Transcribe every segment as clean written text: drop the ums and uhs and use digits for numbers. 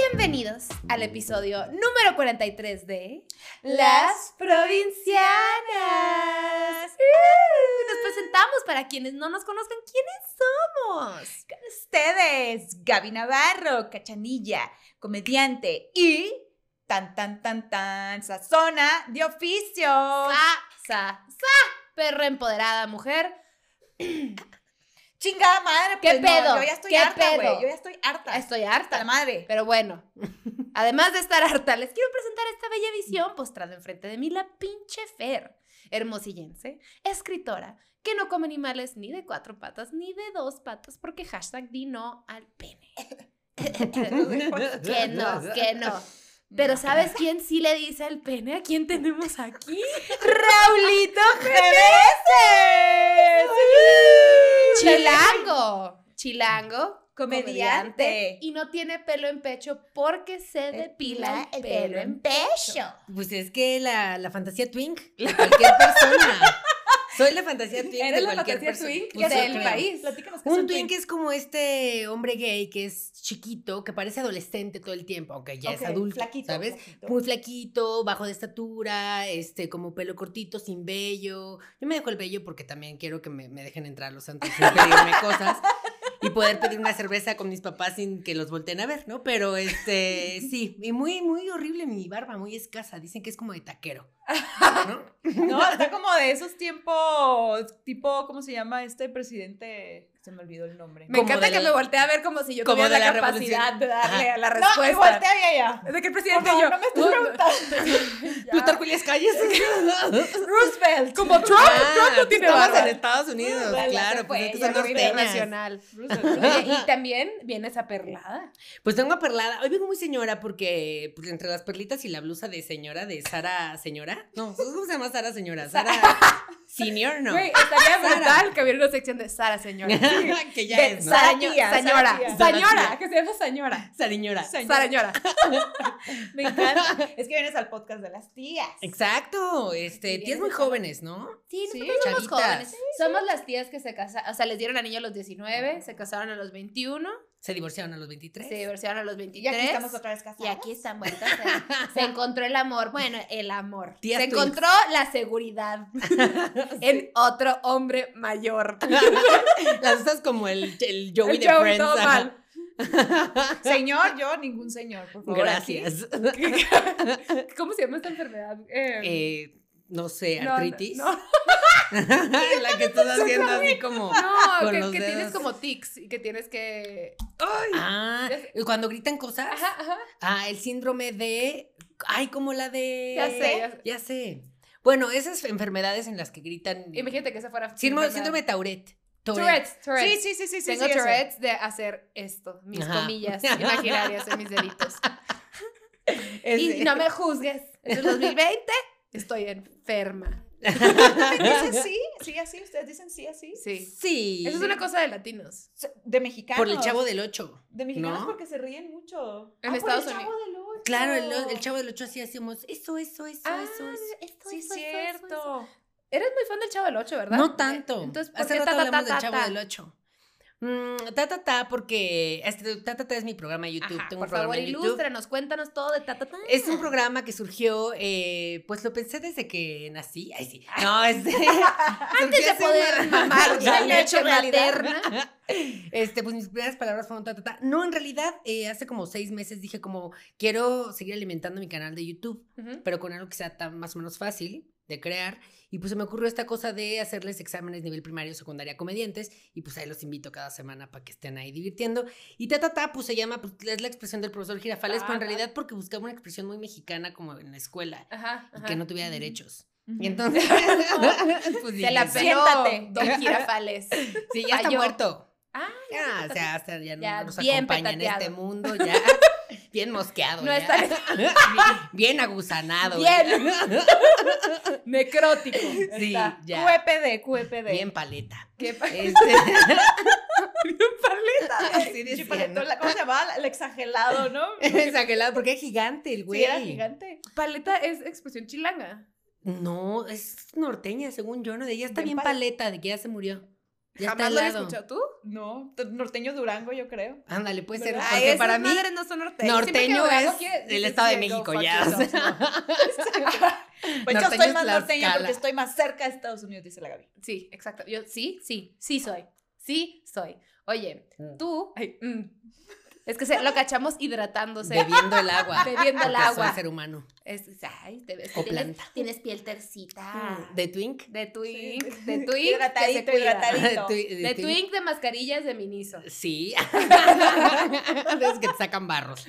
Bienvenidos al episodio número 43 de Las Provincianas. Nos presentamos para quienes no nos conozcan. ¿Quiénes somos? Con ustedes, Gaby Navarro, cachanilla, comediante y sazona de oficio. Perra empoderada mujer. Chingada madre, ¿Qué pues pedo? yo ya estoy ¿Qué harta, pedo? güey. Yo ya estoy harta. Estoy harta. La madre. Pero bueno, además de estar harta, les quiero presentar esta bella visión postrada enfrente de mí, la pinche Fer, hermosillense, escritora, que no come animales ni de 4 patas ni de 2 patas, porque hashtag di no al pene. Que no. Pero ¿sabes quién sí le dice al pene? ¿A quién tenemos aquí? ¡Raulito Jiménez! Chilango, comediante. Y no tiene pelo en pecho porque se depila el pelo en pecho. Pues es que la fantasía twink de cualquier persona. Soy la fantasía twink ¿Eres de la cualquier fantasía persona. twink? Pues Del sí, país. Platícanos qué es Un twink es como este hombre gay que es chiquito, que parece adolescente todo el tiempo, aunque ya es adulto, flaquito, ¿sabes? flaquito. Muy flaquito, bajo de estatura, como pelo cortito, sin vello. Yo me dejo el vello porque también quiero que me dejen entrar los santos sin pedirme cosas y poder pedir una cerveza con mis papás sin que los volteen a ver, ¿no? Pero sí, y muy, muy horrible mi barba, muy escasa. Dicen que es como de taquero, ¿no? No, está como de esos tiempos, tipo, ¿cómo se llama este presidente? Se me olvidó el nombre. Me encanta que me voltee a ver como si yo como tuviera de la la capacidad de darle Ajá. a la No, respuesta. y voltea allá. Es de que el Por presidente favor, yo. no me estés preguntando. Plutarco Elías Calles. Roosevelt. Como Trump. Trump no tiene estamos barba. en Estados Unidos, Vale, claro, se pues fue, estos ya son no vive norteñas. Internacional. Roosevelt. Oye, y también viene esa perlada. Pues tengo aperlada. Hoy vengo muy señora porque pues, entre las perlitas y la blusa de señora, de Sara Señora. No, ¿cómo se llama Sara Señora? Sara Senior, no. Güey, estaría Sara. brutal que hubiera una sección de Sara Señora. Que ya De es, ¿no? Sara Tía, Señora. Sara tía. Señora, que se llama Señora. Sariñora. Sara Señora. Me encanta. Es que vienes al podcast de las tías. Exacto. Tías muy jóvenes, ¿no? Sí, Sí, nosotros somos chavitas. jóvenes. Somos las tías que se casaron, o sea, les dieron anillo a los 19, se casaron a los 21, Se divorciaron a los 23. se divorciaron a los Y 23. aquí estamos otra vez casadas. Y aquí están vueltas. Se encontró el amor. Bueno, el amor. Tías Se twins. encontró la seguridad en otro hombre mayor. Las usas como el Joey El de Joey, Friends. todo ajá. mal. Señor, yo ningún señor, por favor. Gracias. ¿Cómo se llama esta enfermedad? No sé, No, artritis. No, La que estás haciendo así como. con que los tienes dedos. como tics y que tienes que... Ah, ¿y cuando gritan cosas? Ajá. El síndrome de. Ay, como la de. Ya sé. Ya sé. Bueno, esas enfermedades en las que gritan. Imagínate que esa fuera... Síndrome de Tourette. Tourette's. Sí. Tengo ese. Tourette's de hacer esto, mis Ajá. comillas imaginarias en mis deditos. Ese. Y no me juzgues. Es el 2020, estoy enferma. ¿Dicen sí, así? ¿Ustedes dicen sí, así? Sí. Sí. Eso es una cosa de latinos. De mexicanos. Por el Chavo del 8. De mexicanos ¿no? porque se ríen mucho. En por Estados el Chavo Unidos. del Ocho. Claro, el Chavo del 8 así hacíamos eso. Sí, cierto. Eres muy fan del Chavo del 8, ¿verdad? No tanto. Entonces, ¿por Hace qué rato hablamos del ta? Chavo del 8. Porque es mi programa de YouTube. Ajá, Tengo por un programa favor, en YouTube. ilústranos, cuéntanos todo de ta. Es un programa que surgió, pues lo pensé desde que nací. Ay, sí. No, Antes de surgió hace poder una- mamar la Ya lo he leche hecho realidad. materna. Pues mis primeras palabras fueron No, en realidad, hace como 6 meses dije como, quiero seguir alimentando mi canal de YouTube, Ujú. pero con algo que sea más o menos fácil de crear. Y pues se me ocurrió esta cosa de hacerles exámenes nivel primario, secundaria, comediantes. Y pues ahí los invito cada semana para que estén ahí divirtiendo. Y pues se llama, pues es la expresión del profesor Girafales, pero en realidad porque buscaba una expresión muy mexicana como en la escuela. Ajá. Y que no tuviera derechos. Ujú. Y entonces, pues Se la dije, peló Siéntate. Don Girafales. sí, ya está falló. muerto. Ah, Ya, o sea, hasta ya Ya, no nos bien acompaña en petateado. este mundo, ya bien mosqueado. No ya. está- bien agusanado. Bien. ya. necrótico. Sí, Está. ya. QEPD. Bien paleta. ¿Qué pa- Este, Paleta. así decía, Chipaletón, ¿no? ¿cómo se llamaba? El exagelado, ¿no? Exagerado, porque es gigante el güey. Sí, era gigante. Paleta es expresión chilanga. No, es norteña, según yo, ¿no? De ella está Bien bien paleta, de que ya se murió. Ya está ¿Jamás lo al habías lado. escuchado tú? No, norteño Durango, yo creo. Ándale, puede ser. ¿Verdad? Porque esas para mí, madres no son norteños. norteño Siempre que es algo quiere- el Estado de sí, México, go fuck ya. yourself, no. Pues yo Norteño estoy es más norteña Tlaxcala. porque estoy más cerca de Estados Unidos, dice la Gaby. Sí, exacto. Yo sí soy. Sí soy. Oye, tú, es que lo cachamos hidratándose. bebiendo el agua. Bebiendo el porque agua. Soy ser humano. Ay, te ves. O tienes, planta. tienes piel tercita. ¿De Twink? De twink. Sí. De twink. que se Hidratadito, cuida. hidratadito. De twink de mascarillas de Miniso. Sí. Es que te sacan barros.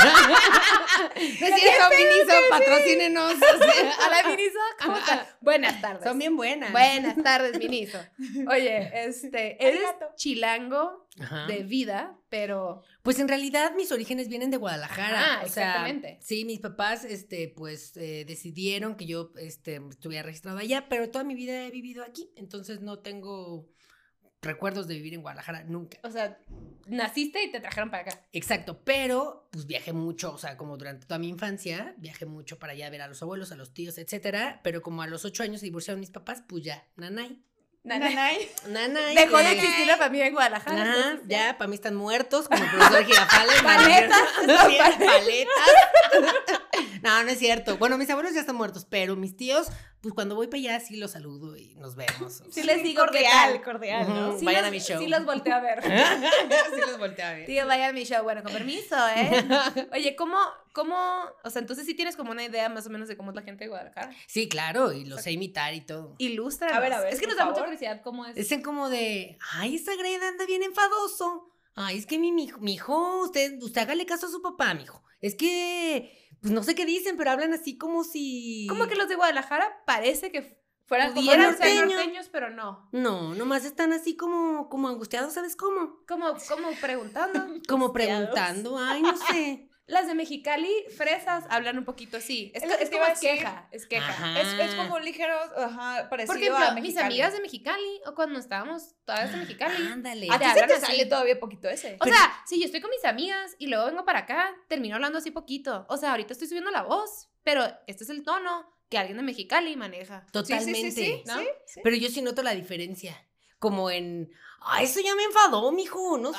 No es cierto, Miniso, patrocínenos. A la Miniso, ¿cómo están? Buenas tardes. Son bien buenas. Buenas tardes, Miniso. Oye, eres Arigato. chilango Ajá. de vida, pero Pues en realidad mis orígenes vienen de Guadalajara. Ajá, o sea, exactamente. sí, mis papás, pues, decidieron que yo, estuviera registrado allá, pero toda mi vida he vivido aquí, entonces no tengo recuerdos de vivir en Guadalajara, nunca. o sea, naciste y te trajeron para acá. Exacto, pero pues viajé mucho, o sea, como durante toda mi infancia, viajé mucho para allá a ver a los abuelos, a los tíos, etcétera, pero como a los 8 años se divorciaron mis papás, pues ya, nanay. Nanay. Nanay. Dejó de existir la familia en Guadalajara. Ajá, entonces, ya, para mí están muertos, como el profesor Girafales. Paletas, Sí, paletas. No, no es cierto. Bueno, mis abuelos ya están muertos, pero mis tíos, pues cuando voy para allá sí los saludo y nos vemos. Sí les digo qué cordial, tal. cordial, ¿no? Ujú. Sí Vayan los- a mi show. Sí los volteé a ver. Sí los volteé a ver. Tío, vaya a mi show. Bueno, con permiso, ¿eh? Oye, ¿cómo, o sea, entonces sí tienes como una idea más o menos de cómo es la gente de Guadalajara? Sí, claro, y lo sé imitar y todo. Ilústranos. A ver, Es que nos por da mucha favor. curiosidad cómo es. Dicen como de, ay, esa Greda anda bien enfadoso. Ay, es que mijo, usted hágale caso a su papá, mijo. Es que, pues no sé qué dicen, pero hablan así como si... Como que los de Guadalajara parece que Fueran como pudieran ser norteños. norteños, pero no. No, nomás están así como angustiados, ¿sabes cómo? Como preguntando. Como Angustiados. preguntando, ay, no sé. Las de Mexicali, fresas, hablan un poquito así. Es, Es lo que es te como iba a decir. queja, es queja. Ajá. Es como un ligero, ajá, parecido Porque a mis Mexicali. amigas de Mexicali, o cuando estábamos todas de Mexicali. Ándale. A ti te se te hablan así. sale todavía poquito ese. O sea, si yo estoy con mis amigas y luego vengo para acá, termino hablando así poquito. O sea, ahorita estoy subiendo la voz, pero este es el tono que alguien de Mexicali maneja. Totalmente. Sí, ¿no? sí. Pero yo sí noto la diferencia. Como en, ay, eso ya me enfadó, mijo, no sé.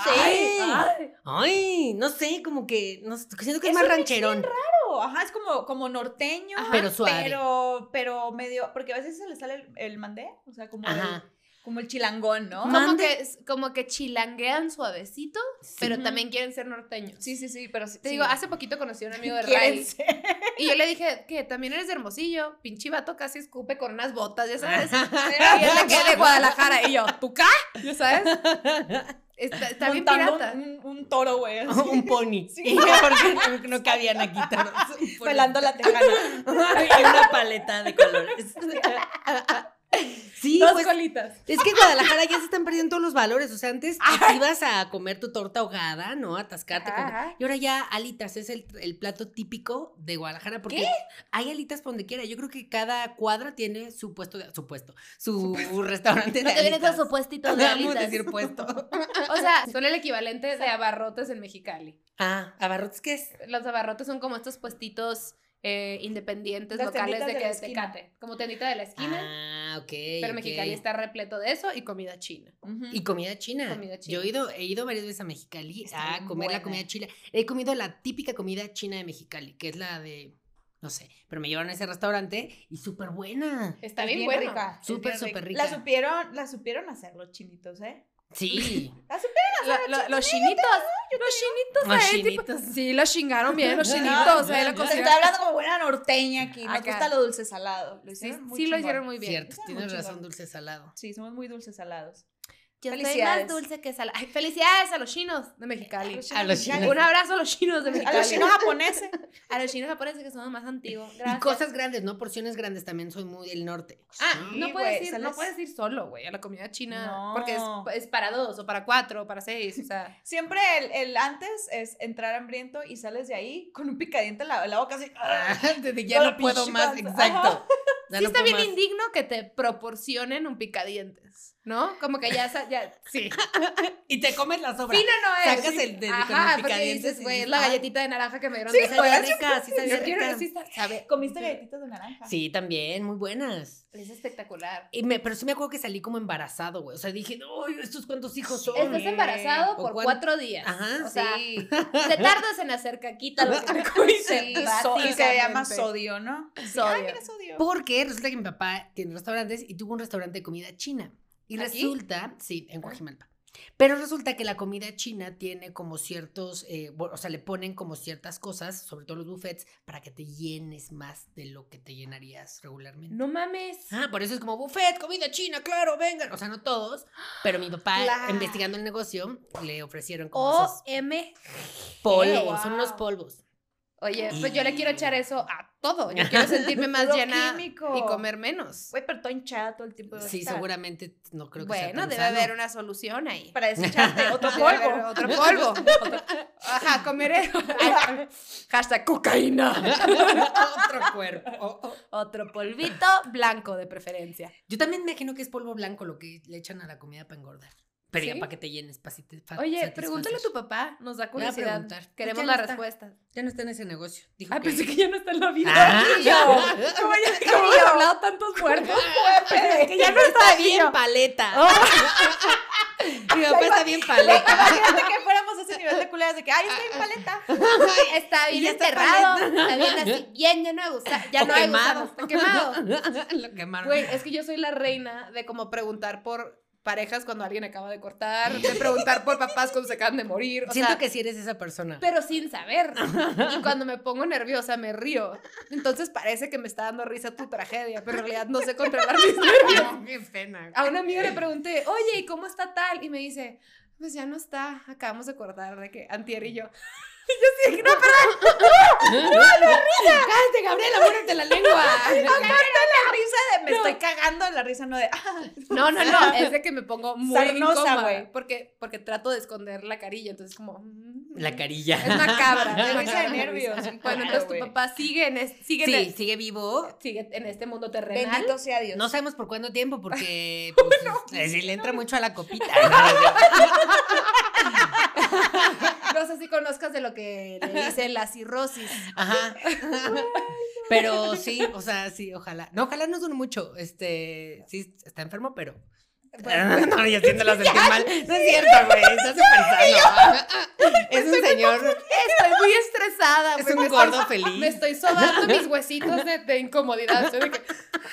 Ay, no sé, como que, no sé, siento que es Eso más es rancherón. Claro, ajá, es como norteño. Ajá. Pero suave. Pero medio, porque a veces se le sale el mandé, o sea, Ajá. como el chilangón, ¿no? Mande. Como que chilanguean suavecito, pero Ujú. también quieren ser norteños. Sí, pero sí. Te digo, hace poquito conocí a un amigo de Quieren Ray ser. y yo le dije que también eres de Hermosillo, pinche vato casi escupe con unas botas, ya sabes. Ah. Y él le queda de Guadalajara y yo, ¿tú qué? ¿Ya sabes? Está bien Montando pirata. un toro, güey. así. Un pony. Sí. Porque no cabían aquí toros. Un pony. Pelando la tejana. Y una paleta de colores. Sí, Dos pues colitas. es que en Guadalajara ya se están perdiendo todos los valores. O sea, antes te ibas a comer tu torta ahogada, ¿no? Atascarte. Ajá. Y ahora ya alitas es el plato típico de Guadalajara. Porque hay alitas por donde quiera. Yo creo que cada cuadra tiene su su restaurante de No te vienes alitas. a su puestito de Vamos a alitas. decir puesto. O sea, son el equivalente de abarrotes en Mexicali. Ah, ¿abarrotes qué es? Los abarrotes son como estos puestitos independientes, Las locales tienditas de de que la de esquina. Tecate. Como tiendita de la esquina. Ah, ok. Pero ok. Mexicali está repleto de eso y comida china. Ujú. Y comida china. Comida china. Yo he ido varias veces a Mexicali Está a bien comer la buena. comida china. He comido la típica comida china de Mexicali, que es la de, no sé, pero me llevaron a ese restaurante y súper buena. Está Es bien, bien bueno. rica. es Súper, bien súper rica. rica. La supieron hacer los chinitos, ¿eh? Sí. La supieron. Los chinitos. Los tipo- chinitos. sí, los chingaron bien, los Ya, chinitos. ya, la ya. Se cocina. está hablando como buena norteña aquí. Nos Acá. gusta lo dulce salado. Lo Sí, hicieron muy sí lo chingón. hicieron muy bien. Cierto, Está tienes muy razón, chingón. dulce salado. Sí, somos muy dulces salados. Yo soy Felicidades. más dulce que salada. Ay, felicidades a los chinos de Mexicali. A los chinos. Un abrazo a los chinos de A Mexicali. los chinos japoneses. A los chinos japoneses que somos más antiguos. Gracias. Y cosas grandes, ¿no? Porciones grandes también soy muy del norte. Ah, Sí, no puedes güey, ir, no ¿sales? puedes ir solo, güey, a la comida china. No. Porque es para 2, o para 4, o para 6. O sea. Siempre el antes es entrar hambriento y sales de ahí con un picadiente en la boca así. Desde ya Toda no la puedo pinche más, panza. exacto. Ya Sí no está puedo bien más. indigno que te proporcionen un picadientes. ¿no? Como que ya sí. Y te comes la sobra. Fino no es. Sacas el de con Ajá, el porque picadientes dices, y güey, es dices, la "Ay, galletita de naranja que me dieron Sí, de sabía ese día". rica, sí sabía Yo quiero rica. decir, sabe, ¿Comiste galletitas de naranja? Sí, también, muy buenas. es espectacular. Pero sí me acuerdo que salí como embarazado, güey. O sea, dije, uy, ¿estos cuántos hijos son? Estás embarazado ¿O por cuán- 4 días. Ajá, o sea, Sí. te tardas en hacer caquita lo que te comiste. Sí, y se llama básicamente. sodio, ¿no? Sí, Sodio. Ay, mira, sodio. Porque resulta que mi papá tiene restaurantes y tuvo un restaurante de comida china. Y ¿Aquí? resulta, sí, en Guajimalpa. Pero resulta que la comida china tiene como ciertos, o sea, le ponen como ciertas cosas, sobre todo los buffets, para que te llenes más de lo que te llenarías regularmente. No mames. Ah, por eso es como buffet, comida china, claro, vengan. O sea, no todos, pero mi papá, Claro. investigando el negocio, le ofrecieron como esos OM. polvos, wow. son unos polvos. Oye, Y- pues yo le quiero echar eso a todo. Yo quiero sentirme más Puro llena químico. y comer menos. Güey, pero todo hinchada todo el tiempo. Sí, estar. seguramente no creo que sea Bueno, tan debe sano. haber una solución ahí. Para desecharte otro Debe haber polvo. Otro polvo. Ajá, comeré. Hashtag cocaína. Otro cuerpo. Otro polvito blanco de preferencia. Yo también me imagino que es polvo blanco lo que le echan a la comida para engordar. Pero ya ¿Sí? para que te llenes, para Oye, pregúntale a tu papá. Nos da curiosidad. preguntar. Queremos Ya la no está. respuesta. Ya no está en ese negocio. Dijo Ay, que... pensé que ya no está en la vida. Ah. Y yo, ¿cómo hemos hablado tantos muertos? Que ya no está bien paleta. Oh. Mi papá está bien paleta. Imagínate que fuéramos a ese nivel de culeras de que, ay, estoy en paleta. Está bien Y ya está enterrado. paleta. Está bien así, bien lleno de gusanos. Ya O no hay quemado. gusanos. Está quemado. Lo quemaron. Güey, es que yo soy la reina de como preguntar por parejas cuando alguien acaba de cortar, de preguntar por papás cuando se acaban de morir. O Siento sea, que sí eres esa persona. pero sin saber. Y cuando me pongo nerviosa me río. Entonces parece que me está dando risa tu tragedia, pero en realidad no sé controlar mis nervios. Qué pena. A una amiga le pregunté, oye, ¿y cómo está tal? Y me dice, pues ya no está, acabamos de cortar de que antier y yo. Y yo sí, no, ¡Cállate, Gabriela! ¡Muérete la lengua! La risa de me estoy cagando, la risa no de, no, es de que me pongo muy Sarnosa, incómoda, güey. porque trato de esconder la carilla, entonces como... La carilla. Es macabra. La es risa de macabra. nervios. Bueno, Claro, entonces tu güey. papá sigue en Sigue vivo. sigue en este mundo terrenal. Bendito sea Dios. No sabemos por cuánto tiempo, porque pues, sí le entra mucho a la copita. No sé si conozcas de lo que le dicen la cirrosis. Ajá. Pero sí, o sea, sí, ojalá. No, ojalá no dure mucho. Sí, está enfermo, pero. No, y haciéndola sentir mal. No es cierto, güey. Está súper sano. Es un señor. Estoy muy estresada. Es güey, un me gordo estoy- feliz. Me estoy sobando mis huesitos de incomodidad. Estoy de que...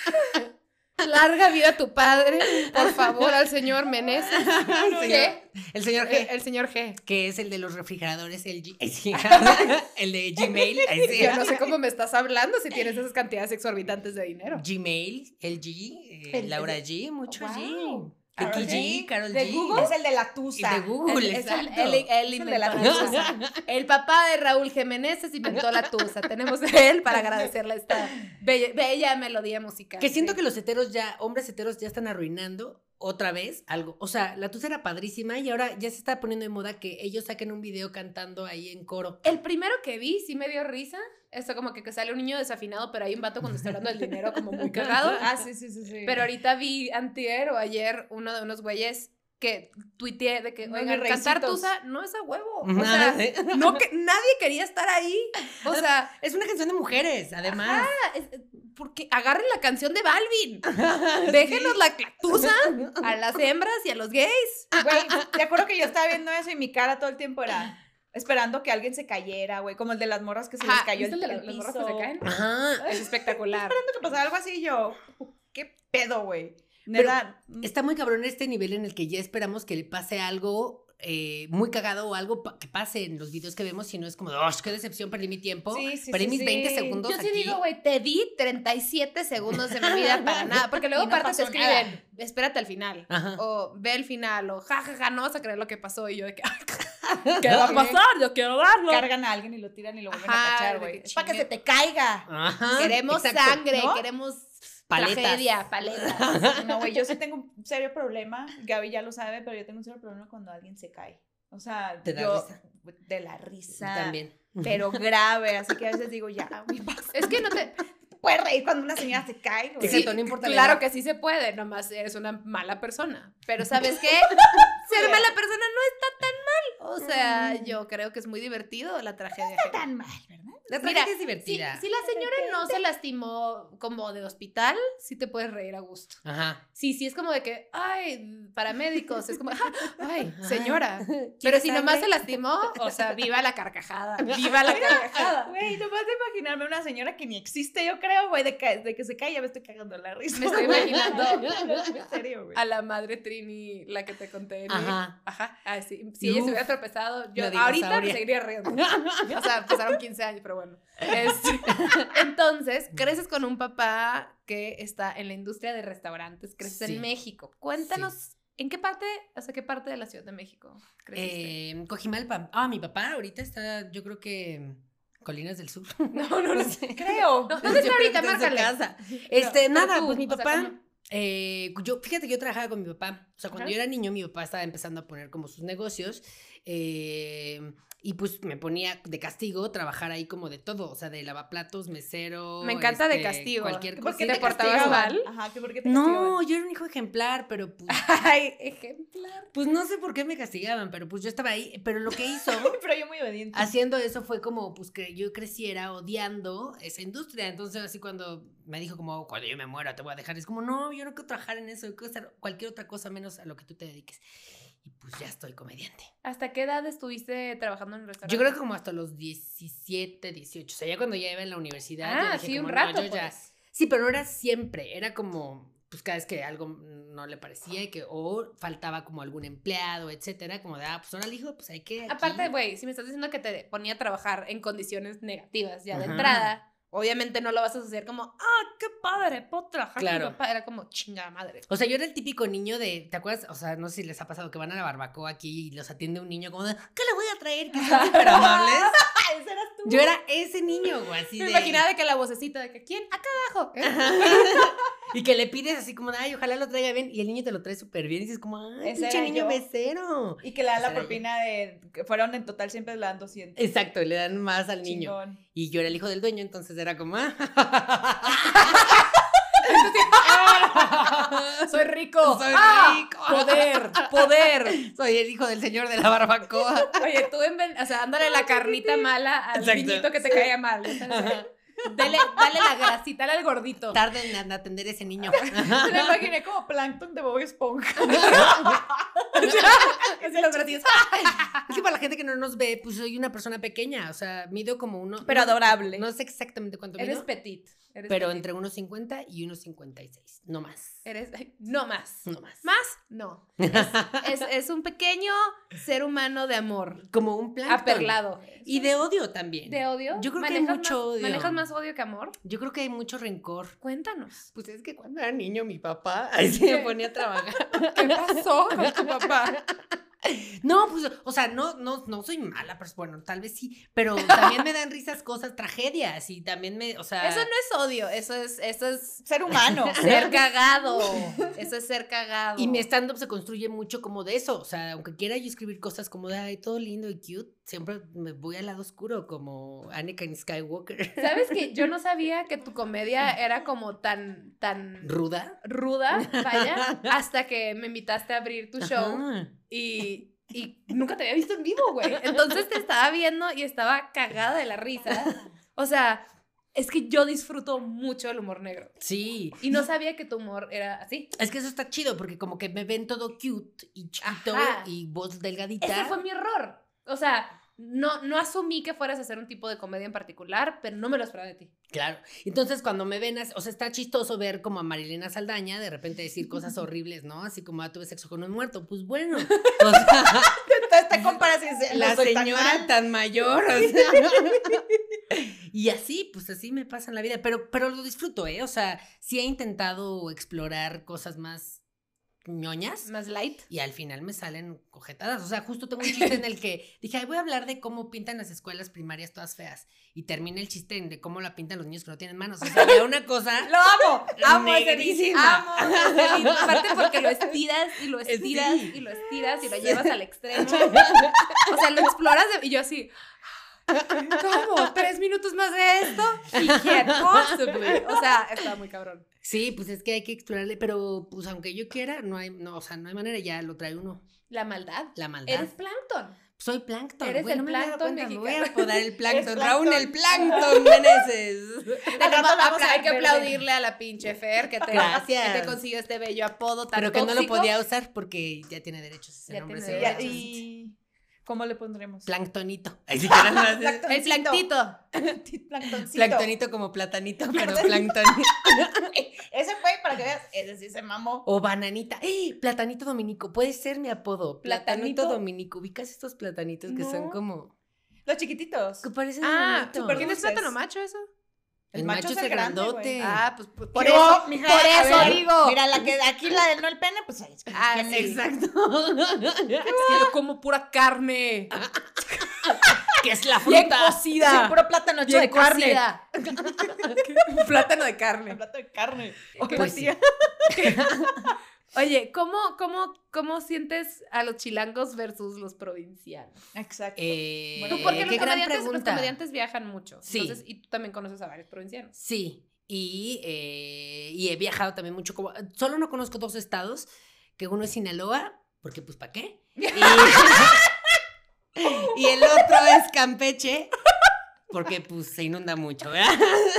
Larga vida a tu padre, por favor, al señor Meneses. ¿Qué? El señor G. El señor G. Que es el de los refrigeradores, sí, el de Gmail. Sí. Yo no sé cómo me estás hablando si tienes esas cantidades exorbitantes de dinero. Gmail, el G, Laura G, mucho Wow. G. Karol Vicky G, G, Carol de G. Google. Es el de la Y tusa. de Google, Es exacto. él Es el de la inventó tusa. El papá de Raúl Jiménez inventó la tusa. Tenemos de él para agradecerle esta bella melodía musical. Que siento que los hombres heteros ya están arruinando otra vez algo. O sea, la tusa era padrísima y ahora ya se está poniendo de moda que ellos saquen un video cantando ahí en coro. El primero que vi sí me dio risa. Esto como que sale un niño desafinado, pero hay un vato cuando está hablando del dinero como muy cagado. Ah, sí. Pero ahorita vi antier o ayer uno de unos güeyes que tuiteé de que, Unos oigan, cantar reycitos. tusa no es a huevo. O Nada, sea, ¿eh? no que nadie quería estar ahí. O sea, Es una canción de mujeres, además. porque agarren la canción de Balvin. Déjenos la tusa a las hembras y a los gays. Güey, te acuerdo que yo estaba viendo eso y mi cara todo el tiempo era esperando que alguien se cayera, güey, como el de las morras que se les Ajá, cayó ¿viste el de el las morras piso. que se caen? Ajá. Es espectacular. Esperando que pasara algo así y yo, ¿qué pedo, güey? Pero Neta, está muy cabrón este nivel en el que ya esperamos que le pase algo muy cagado o algo que pase en los videos que vemos, si no es como, ¡oh, qué decepción! Perdí mi tiempo, Sí, perdí mis 20 sí. segundos Yo sí aquí. digo, güey, te di 37 segundos de mi vida para nada. Porque luego Y no aparte te pasó escriben, espérate al final. Ajá. O ve el final. O jajaja, no vas a creer lo que pasó. Y yo de que, ¿qué va a pasar? Yo quiero darlo. cargan a alguien y lo tiran y lo vuelven Ajá, a cachar, de güey. que Es para que chingue. se te caiga. Ajá. Queremos exacto. sangre, ¿no? queremos Paletas. tragedia, paletas. No, güey, yo sí tengo un serio problema. Gaby ya lo sabe, pero yo tengo un serio problema cuando alguien se cae. O sea, ¿Te da yo risa? de la risa. También. Pero grave, así que a veces digo, ya, güey, pasa. Es que no te... puede reír cuando una señora se cae, güey. Exacto, no importa la Claro edad. que sí se puede, nomás eres una mala persona. Pero ¿sabes qué? Ser mala persona no está tan mal. O sea, yo creo que es muy divertido la tragedia. Está tan mal, ¿verdad? La Mira, tragedia es divertida. Si la señora no se lastimó como de hospital, sí te puedes reír a gusto. Ajá. Sí, es como de que, ay, paramédicos, es como, ay, Ajá. señora. Pero ¿Quieres si nomás sangre? se lastimó, o sea, viva la carcajada, viva la carcajada. Güey, nomás de imaginarme una señora que ni existe, yo creo, güey, de que se cae ya me estoy cagando la risa. Me estoy imaginando En serio, güey. a la madre Trini, la que te conté. Ajá. Ajá. Ah, sí. Si ella se hubiera tropezado, yo la ahorita me dinosauria. seguiría riendo. O sea, pasaron 15 años, pero bueno. Entonces, creces con un papá que está en la industria de restaurantes, creces Sí. en México. Cuéntanos, ¿en qué parte, o sea, qué parte de la Ciudad de México creciste? Cojimalpa. Mi papá ahorita está, yo creo que Colinas del Sur. No sé. Creo. No, ¿dónde está ahorita? Márcale. Casa. Pero Nada, tú, pues mi o sea, papá. ¿cómo? Fíjate que yo trabajaba con mi papá. O sea, cuando Ajá. yo era niño, mi papá estaba empezando a poner como sus negocios. Y pues me ponía de castigo trabajar ahí como de todo. O sea, de lavaplatos, mesero. Me encanta de castigo. Cualquier ¿Por cosa. qué ¿Te te portabas castigaban? mal? Ajá, que por qué te No, castigaban. yo era un hijo ejemplar, pero pues. Ay, ejemplar. Pues no sé por qué me castigaban, pero pues yo estaba ahí. Pero lo que hizo. Pero yo muy obediente. Haciendo eso fue como, pues, que yo creciera odiando esa industria. Entonces, así cuando me dijo como, cuando yo me muera te voy a dejar, es como, no, yo no quiero trabajar en eso, yo quiero hacer cualquier otra cosa menos a lo que tú te dediques. Y pues ya estoy comediante. ¿Hasta qué edad estuviste trabajando en un restaurante? Yo creo que como hasta los 17, 18. O sea, ya cuando ya iba en la universidad. ya dije sí, como, un no, rato, yo ya. pues. Sí, pero no era siempre. Era como, pues cada vez que algo no le parecía y que, o faltaba como algún empleado, etcétera. Como de, pues ahora el hijo, pues hay que. aquí- Aparte, güey, si me estás diciendo que te ponía a trabajar en condiciones negativas ya de Ajá. entrada, obviamente no lo vas a hacer como, qué padre, puedo trabajar Claro. con mi papá. Era como, chingada madre. O sea, yo era el típico niño de, ¿te acuerdas? O sea, no sé si les ha pasado que van a la barbacoa aquí y los atiende un niño como de, ¿qué le voy a traer? Que son súper amables. Ese eras tú. Yo era ese niño, güey, así Me de... imaginaba de que la vocecita de que, ¿quién? Acá abajo. Y que le pides así como, ay, ojalá lo traiga bien. Y el niño te lo trae súper bien. Y dices como, ay, Ese pinche era niño yo. mesero. Y que le dan Ese la era yo. propina de. Que fueron en total siempre le dan 200. Exacto, y le dan más al niño. Chingón. Y yo era el hijo del dueño, entonces era como, Soy rico. Soy rico. Poder. soy el hijo del señor de la barbacoa. Oye, tú o sea, dándole la carnita mala al Exacto. niñito que te caía mal. Dale la grasita, dale al gordito. Tarden en atender ese niño. Me lo imaginé como Plankton de Bob Esponja. Así los bracitos. Es que para la gente que no nos ve, pues soy una persona pequeña, o sea, mido como uno... Pero no- adorable. No sé exactamente cuánto mido, Eres petit. pero petit. entre 1.50 y 1.56, no más. No más. No más. ¿Más? No. Es un pequeño ser humano de amor. Como un plancton. Aperlado. Y de odio también. ¿De odio? Yo creo que hay ¿Manejas mucho más- odio. ¿Manejas más odio que amor? Yo creo que hay mucho rencor. Cuéntanos. Pues es que cuando era niño mi papá, ahí se me ponía a trabajar. ¿Qué pasó con tu papá? No, pues, o sea, no soy mala, pero bueno, tal vez sí, pero también me dan risas cosas, tragedias, y también o sea... Eso no es odio, eso es Ser humano. ser cagado. Eso es ser cagado. Y mi stand-up se construye mucho como de eso, o sea, aunque quiera yo escribir cosas como de, ay, todo lindo y cute, siempre me voy al lado oscuro, como Anakin Skywalker. ¿Sabes que yo no sabía que tu comedia era como tan ¿Ruda? ruda, vaya, hasta que me invitaste a abrir tu show Ajá. y nunca te había visto en vivo, güey. Entonces te estaba viendo y estaba cagada de la risa. O sea, es que yo disfruto mucho el humor negro. Sí. Y no sabía que tu humor era así. Es que eso está chido, porque como que me ven todo cute y chiquito Ajá. y voz delgadita. Ese fue mi error. O sea, no asumí que fueras a hacer un tipo de comedia en particular, pero no me lo esperaba de ti. Claro. Entonces, cuando me ven, o sea, está chistoso ver como a Marilena Saldaña de repente decir cosas horribles, ¿no? Así como, tuve sexo con un muerto. Pues bueno. O sea, Entonces te comparas y dices, la no soy tan señora mal. tan mayor. O sea. Y así, pues así me pasa en la vida. Pero lo disfruto, ¿eh? O sea, sí he intentado explorar cosas más ñoñas. Más light. Y al final me salen cojetadas. O sea, justo tengo un chiste en el que dije, ay, voy a hablar de cómo pintan las escuelas primarias todas feas. Y termina el chiste de cómo la pintan los niños que no tienen manos. O sea, ya una cosa. Lo amo. Amo ese negrísima. Amo ese beat. Aparte porque lo estiras y lo estiras Sí. y lo estiras y lo llevas al extremo. O sea, lo exploras y yo así. ¿Cómo? ¿3 minutos más de esto? Y can't possibly. O sea, está muy cabrón. Sí, pues es que hay que explorarle, pero pues aunque yo quiera, o sea, no hay manera, ya lo trae uno. La maldad. La maldad. Eres plancton. Soy plancton. Eres güey, el no me había dado plancton cuenta, me voy mexicano. a apodar el plancton. Eres Raúl plancton. el plancton Meneses. Al rato vamos a Hay que ver aplaudirle a la pinche Fer que te Gracias. consiguió este bello apodo tan Pero que no lo tóxico. podía usar porque ya tiene derechos ese Ya nombre. tiene ese derechos. nombre. ¿Y cómo le pondremos? Planctonito. Ahí sí que nada más es- El planctito. Planctoncito. Planctonito como platanito, pero planctonito. Ese fue para que veas, ese sí se mamó. O bananita. ¡Ey! Platanito dominico. Puede ser mi apodo. Platanito ¿Platanito? dominico. ¿Ubicas estos platanitos que son No. como. Los chiquititos. que parecen Ah, bonitos? súper ¿quién es dulces. plátano macho eso? El macho es el grande, grandote. güey. Ah, pues por Por eso, eso, mija, por a eso ver, digo. Mira, la que aquí la del no el pene, pues ahí. Ah, ¿quién sí, es? Exacto. Es que yo como pura carne. que es la Bien fruta. cocida. Sí, puro plátano hecho Bien de carne. cocida. Un plátano de carne. Un plato de carne. Pues sí. Oye, ¿cómo sientes a los chilangos versus los provincianos? Exacto. Bueno, porque qué gran los pregunta. comediantes viajan mucho. Sí. Entonces, y tú también conoces a varios provincianos. Sí, y he viajado también mucho. Solo no conozco 2 estados, que uno es Sinaloa, porque pues ¿para qué? Y el otro es Campeche, porque pues se inunda mucho, ¿verdad?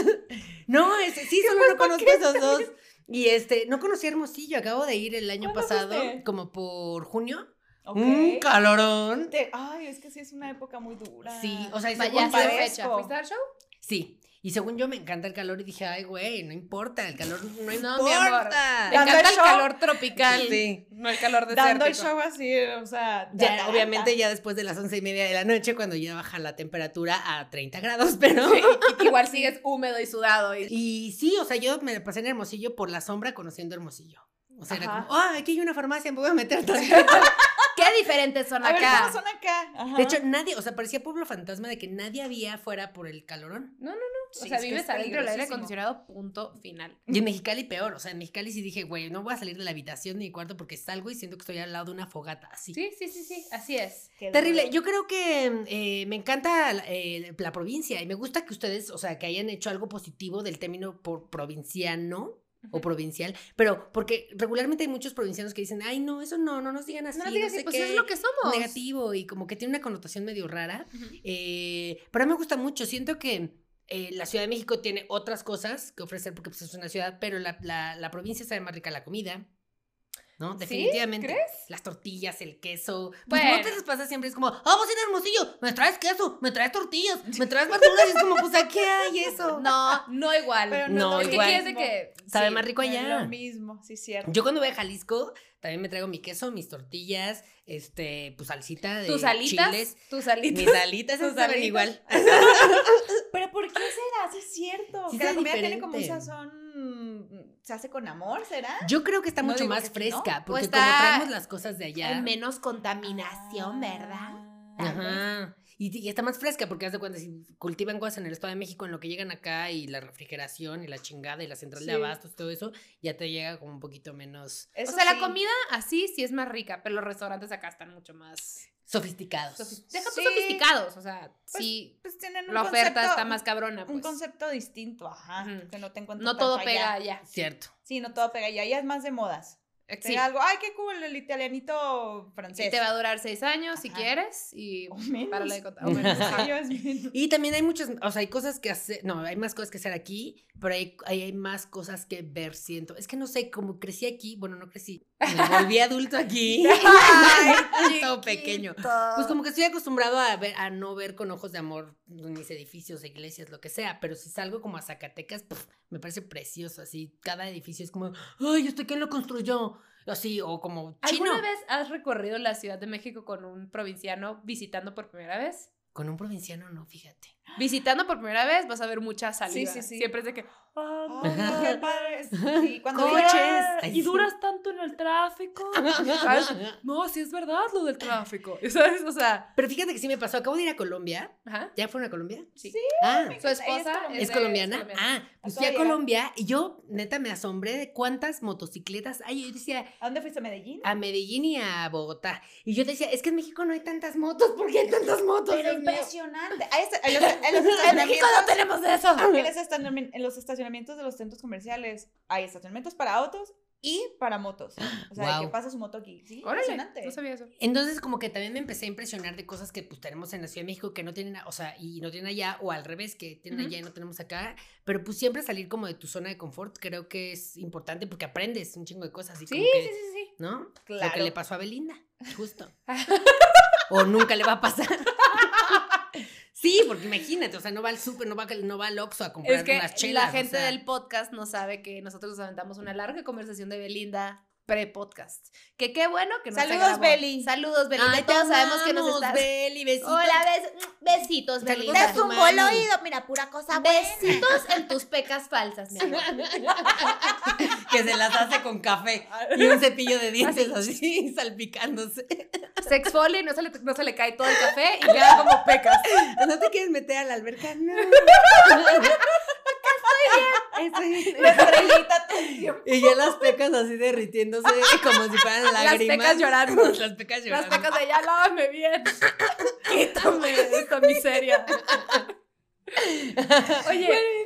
No, sí, solo no conozco esos 2. Y no conocí Hermosillo, acabo de ir el año ¿Cuándo pasado, fuiste? como por junio. Ok. Un calorón. Ay, es que sí es una época muy dura. Sí, o sea, y Vaya, según ¿qué yo- fecha? ¿Fuiste al show? Sí, y según yo me encanta el calor y dije, ay, güey, no importa, el calor no No, importa. mi amor. Me Dando encanta el el show. calor tropical. Sí. No el calor Dando el desértico. show así, o sea. Ya, obviamente ya después de las 11:30 de la noche, cuando ya baja la temperatura a 30 grados, pero... Y igual sigues húmedo y sudado. Y sí, o sea, yo me la pasé en Hermosillo por la sombra conociendo Hermosillo. O sea, era Ajá. como, aquí hay una farmacia, me voy a meter tantito. Qué diferentes son A ver, acá. ¿cómo son acá? Ajá. De hecho, nadie, o sea, parecía pueblo fantasma de que nadie había afuera por el calorón. No. Sí, O sea, es que vives es adentro del aire peligrosísimo. acondicionado, punto final. Y en Mexicali peor, o sea, en Mexicali sí dije, güey, no voy a salir de la habitación ni mi cuarto porque salgo y siento que estoy al lado de una fogata, así. Sí, así es. Qué Terrible. duro. Yo creo que me encanta la provincia y me gusta que ustedes, o sea, que hayan hecho algo positivo del término por provinciano o provincial, pero porque regularmente hay muchos provincianos que dicen, ay, no, eso no nos digan así, No nos digas sé así, pues qué, es lo que somos. negativo y como que tiene una connotación medio rara. Ujú. Pero a mí me gusta mucho, siento que la Ciudad de México tiene otras cosas que ofrecer porque pues, es una ciudad, pero la provincia sabe más rica la comida, ¿no? ¿Sí? Definitivamente. ¿Crees? Las tortillas, el queso. Pues Bueno. no te les pasa siempre, es como, vamos a ir a Hermosillo, me traes queso, me traes tortillas, me traes verduras, y es como, pues aquí hay eso. No igual. Pero No, es que igual. aquí es de que... Sabe sí. más rico Es allá. lo mismo, sí, cierto. Yo cuando voy a Jalisco, también me traigo mi queso, mis tortillas, pues salsita de Tus alitas, chiles. tus alitas. Mis alitas Tus esas saben alitas. igual. Pero ¿por qué será? Sí, es cierto. Sí que la sabe comida tiene como un diferente. sazón. ¿Se hace con amor, será? Yo creo que está No mucho digo más que sí, fresca, ¿no? porque Pues como está- traemos las cosas de allá. Hay menos contaminación, ¿verdad? Ajá. Y está más fresca porque haz de cuenta, si cultivan cosas en el Estado de México, en lo que llegan acá y la refrigeración y la chingada y la central de Sí. abastos, todo eso, ya te llega como un poquito menos Eso O sea, la sí. comida así sí es más rica, pero los restaurantes acá están mucho más... sofisticados. Deja tú Sí. sofisticados, o sea, Pues, sí, Pues tienen un la oferta concepto- está más cabrona, pues. Un concepto distinto, ajá. Ujú. Que no te encuentras No todo tanto pega allá. allá. Cierto. Sí, no todo pega allá. Ya es más de modas. Sí. Pega algo, ay, qué cool, el italianito francés. Y te va a durar 6 años si Ajá. quieres y O menos. párale de contar. O menos años, menos. Y también hay muchas, o sea, hay cosas que hacer, no, hay más cosas que hacer aquí, pero hay más cosas que ver, siento. Es que no sé, como crecí aquí, bueno, no crecí, me volví adulto aquí, todo pequeño. Pues como que estoy acostumbrado a no ver con ojos de amor mis edificios, iglesias, lo que sea, pero si salgo como a Zacatecas, me parece precioso, así, cada edificio es como, ay, ¿quién lo construyó? Así, o como chino. ¿Alguna vez has recorrido la Ciudad de México con un provinciano visitando por primera vez? Con un provinciano no, fíjate. Visitando por primera vez vas a ver mucha salida. Sí, sí, sí. Siempre es de que... Ay, no, qué padre. Y cuando Coches. llegas- Ay, ¿Y sí. duras tanto en el tráfico? ¿Sabes? No, sí es verdad lo del tráfico. ¿Sabes? O sea... Pero fíjate que sí me pasó, acabo de ir a Colombia. Ajá. ¿Ya fueron a Colombia? Sí. Ah, Su esposa Ella ¿es de- colombiana? Ah, pues fui a Acaba de llegar. Colombia y yo, neta, me asombré de cuántas motocicletas hay. Yo decía, ¿A dónde fuiste? ¿A Medellín? a Medellín y a Bogotá. Y yo decía, es que en México no hay tantas motos, ¿por qué hay tantas motos? Pero Es impresionante. En México no tenemos eso. En los estacionamientos de los centros comerciales hay estacionamientos para autos y para motos. O sea, Wow. de que pasa su moto aquí. Sí, Órale, impresionante. no sabía eso. Entonces, como que también me empecé a impresionar de cosas que pues tenemos en la Ciudad de México que no tienen, o sea, y no tienen allá, o al revés, que tienen allá y no tenemos acá. Pero pues siempre salir como de tu zona de confort creo que es importante porque aprendes un chingo de cosas. Y Sí, como que, sí. ¿no? Lo Claro. que le pasó a Belinda, justo. O nunca le va a pasar. Sí, porque imagínate, o sea, no va al súper, no va al Oxxo a comprar Es que unas chelas. la gente o sea, del podcast no sabe que nosotros nos aventamos una larga conversación de Belinda pre-podcast. Que qué bueno que nos Saludos, Beli. Saludos, Belinda. Ay, Y todos te sabemos que nos amamos, estás... Beli, besitos. Hola, besitos, Saludos Belinda. a tu mami. mira, pura cosa buena. Besitos en tus pecas falsas, mi amor. Que se las hace con café y un cepillo de dientes así, salpicándose. Se exfolia y no se le cae todo el café y queda como pecas. ¿No te quieres meter a la alberca? No. Estoy bien. La estrellita todo el tiempo. Y ya las pecas así derritiéndose como si fueran lágrimas. pecas llorando. Las pecas llorando. Las pecas de ya lávame bien. Quítame de esta miseria. Oye,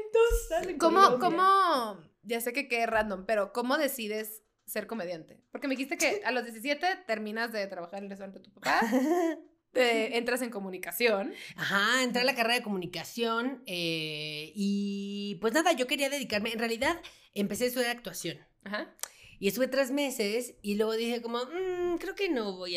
¿cómo? Ya sé que qué random, pero ¿cómo decides ser comediante? Porque me dijiste que a los 17 terminas de trabajar en el restaurante de tu papá, entras en comunicación. Ajá, entré a la carrera de comunicación y pues nada, yo quería dedicarme, en realidad empecé a estudiar actuación. Ajá. Y estuve 3 meses y luego dije como, creo que no voy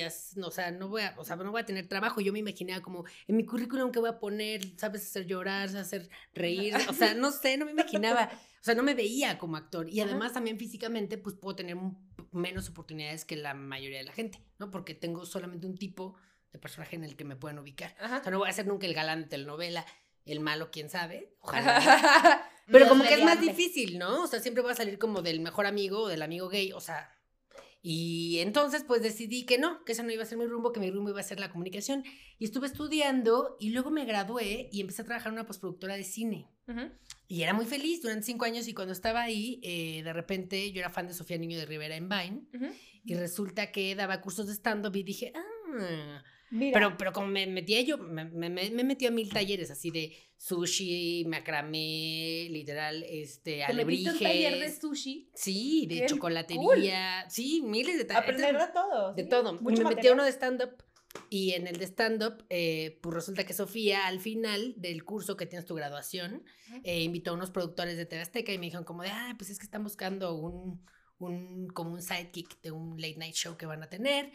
a tener trabajo. Yo me imaginaba como, en mi currículum que voy a poner, sabes hacer llorar, sabes hacer reír, o sea, no sé, no me imaginaba, o sea, no me veía como actor. Y además también físicamente, pues puedo tener menos oportunidades que la mayoría de la gente, ¿no? Porque tengo solamente un tipo de personaje en el que me pueden ubicar. Ajá. O sea, no voy a ser nunca el galán de telenovela, el malo, quién sabe, ojalá. Pero como que es más difícil, ¿no? O sea, siempre voy a salir como del mejor amigo o del amigo gay, o sea. Y entonces, pues decidí que no, que ese no iba a ser mi rumbo, que mi rumbo iba a ser la comunicación. Y estuve estudiando y luego me gradué y empecé a trabajar en una postproductora de cine. Uh-huh. Y era muy feliz durante 5 años y cuando estaba ahí, de repente yo era fan de Sofía Niño de Rivera en Vine. Uh-huh. Y resulta que daba cursos de stand-up y dije, mira. Pero como me metía yo, me metí a 1000 talleres así de sushi, macramé, literal, alebrijes. ¿Te metiste un taller de sushi? Sí, de chocolatería, cool. Sí, miles de talleres. Aprender de todo. De todo. Y me metí a uno de stand-up y en el de stand-up, pues resulta que Sofía al final del curso que tienes tu graduación, invitó a unos productores de TV Azteca y me dijeron como de, pues es que están buscando como un sidekick de un late night show que van a tener,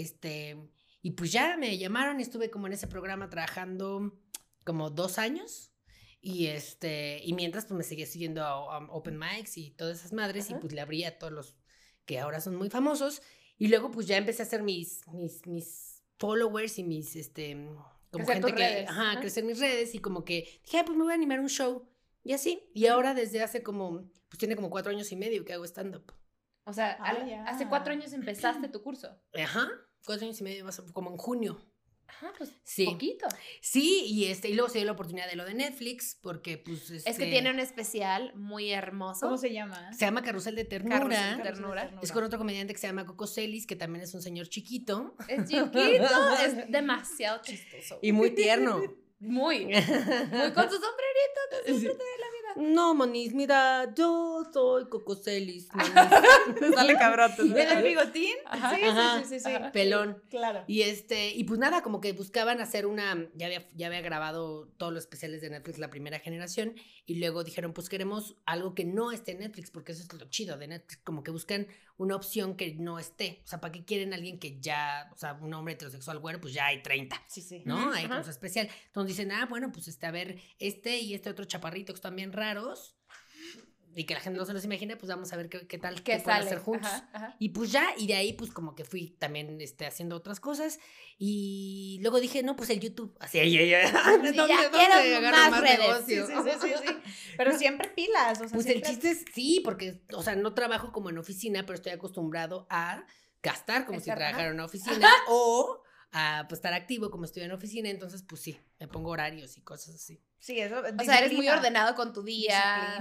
y pues ya me llamaron y estuve como en ese programa trabajando como 2 años y mientras pues me seguía siguiendo a open mics y todas esas madres. Uh-huh. Y pues le abría a todos los que ahora son muy famosos y luego pues ya empecé a hacer mis followers y mis como crecer gente que redes. Crecer mis redes y como que dije pues me voy a animar a un show y así y ahora desde hace como pues tiene como 4 años y medio que hago stand-up. O sea, hace 4 años empezaste tu curso. Ajá, 4 años y medio, como en junio. Ajá, pues sí. Poquito. Sí, y luego se dio la oportunidad de lo de Netflix, porque pues Es que tiene un especial muy hermoso. ¿Cómo se llama? Se llama Carrusel de Ternura. Carrusel de Ternura. Es con otro comediante que se llama Coco Celis, que también es un señor chiquito. Es chiquito, es demasiado chistoso. Y muy tierno. Muy con su sombrerito, que siempre te da la vida. No, Moniz, mira, yo soy Coco Celis. Sale cabrón. ¿El bigotín? Ajá. Sí. Pelón. Claro. Y pues nada, como que buscaban hacer ya había grabado todos los especiales de Netflix la primera generación y luego dijeron, pues queremos algo que no esté en Netflix, porque eso es lo chido de Netflix, como que buscan una opción que no esté. O sea, ¿para qué quieren a alguien que ya, o sea, un hombre heterosexual güero, pues ya hay 30. Sí. ¿No? Hay cosa especial. Entonces dicen, bueno, pues a ver, y este otro chaparrito que están bien raros y que la gente no se los imagina, pues vamos a ver qué tal que pueden hacer juntos. Ajá. Y pues ya, y de ahí pues como que fui también haciendo otras cosas y luego dije, no, pues el YouTube. Así, ya quiero más redes. Sí. Pero siempre pilas, o sea, pues siempre... el chiste es, sí, porque, o sea, no trabajo como en oficina, pero estoy acostumbrado a gastar como si trabajara en una oficina o a pues, estar activo como estoy en oficina, entonces pues sí, me pongo horarios y cosas así. Sí, eso. O sea, eres muy ordenado con tu día. Disciplina.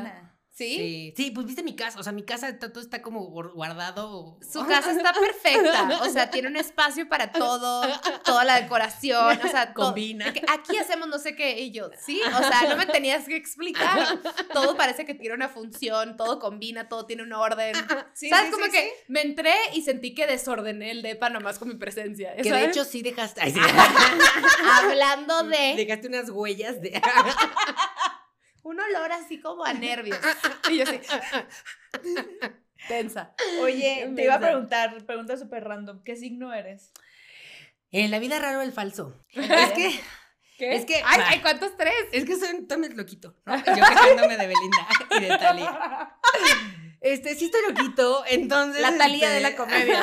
¿Sí? Sí, pues viste mi casa, o sea, mi casa todo está como guardado. Su casa está perfecta, o sea, tiene un espacio para todo, toda la decoración, o sea, Combina. Aquí hacemos no sé qué, y yo, sí, o sea, no me tenías que explicar, todo parece que tiene una función, todo combina, todo tiene un orden, Sí, ¿sabes? sí, Como sí, que sí. me entré y sentí que desordené el depa nomás con mi presencia, Que de ¿sabes? hecho sí dejaste. Ay, sí. Hablando de Dejaste unas huellas de. un olor así como a nervios, y yo así, tensa. Oye, te iba a preguntar, pregunta súper random, ¿qué signo eres? En la vida raro el falso. Es que. ¿Qué? Es que. Ay, ¿cuántos tres? Es que soy también loquito, ¿no? Yo quejándome de Belinda y de Thalía. Sí estoy loquito, entonces. La Thalía de la comedia.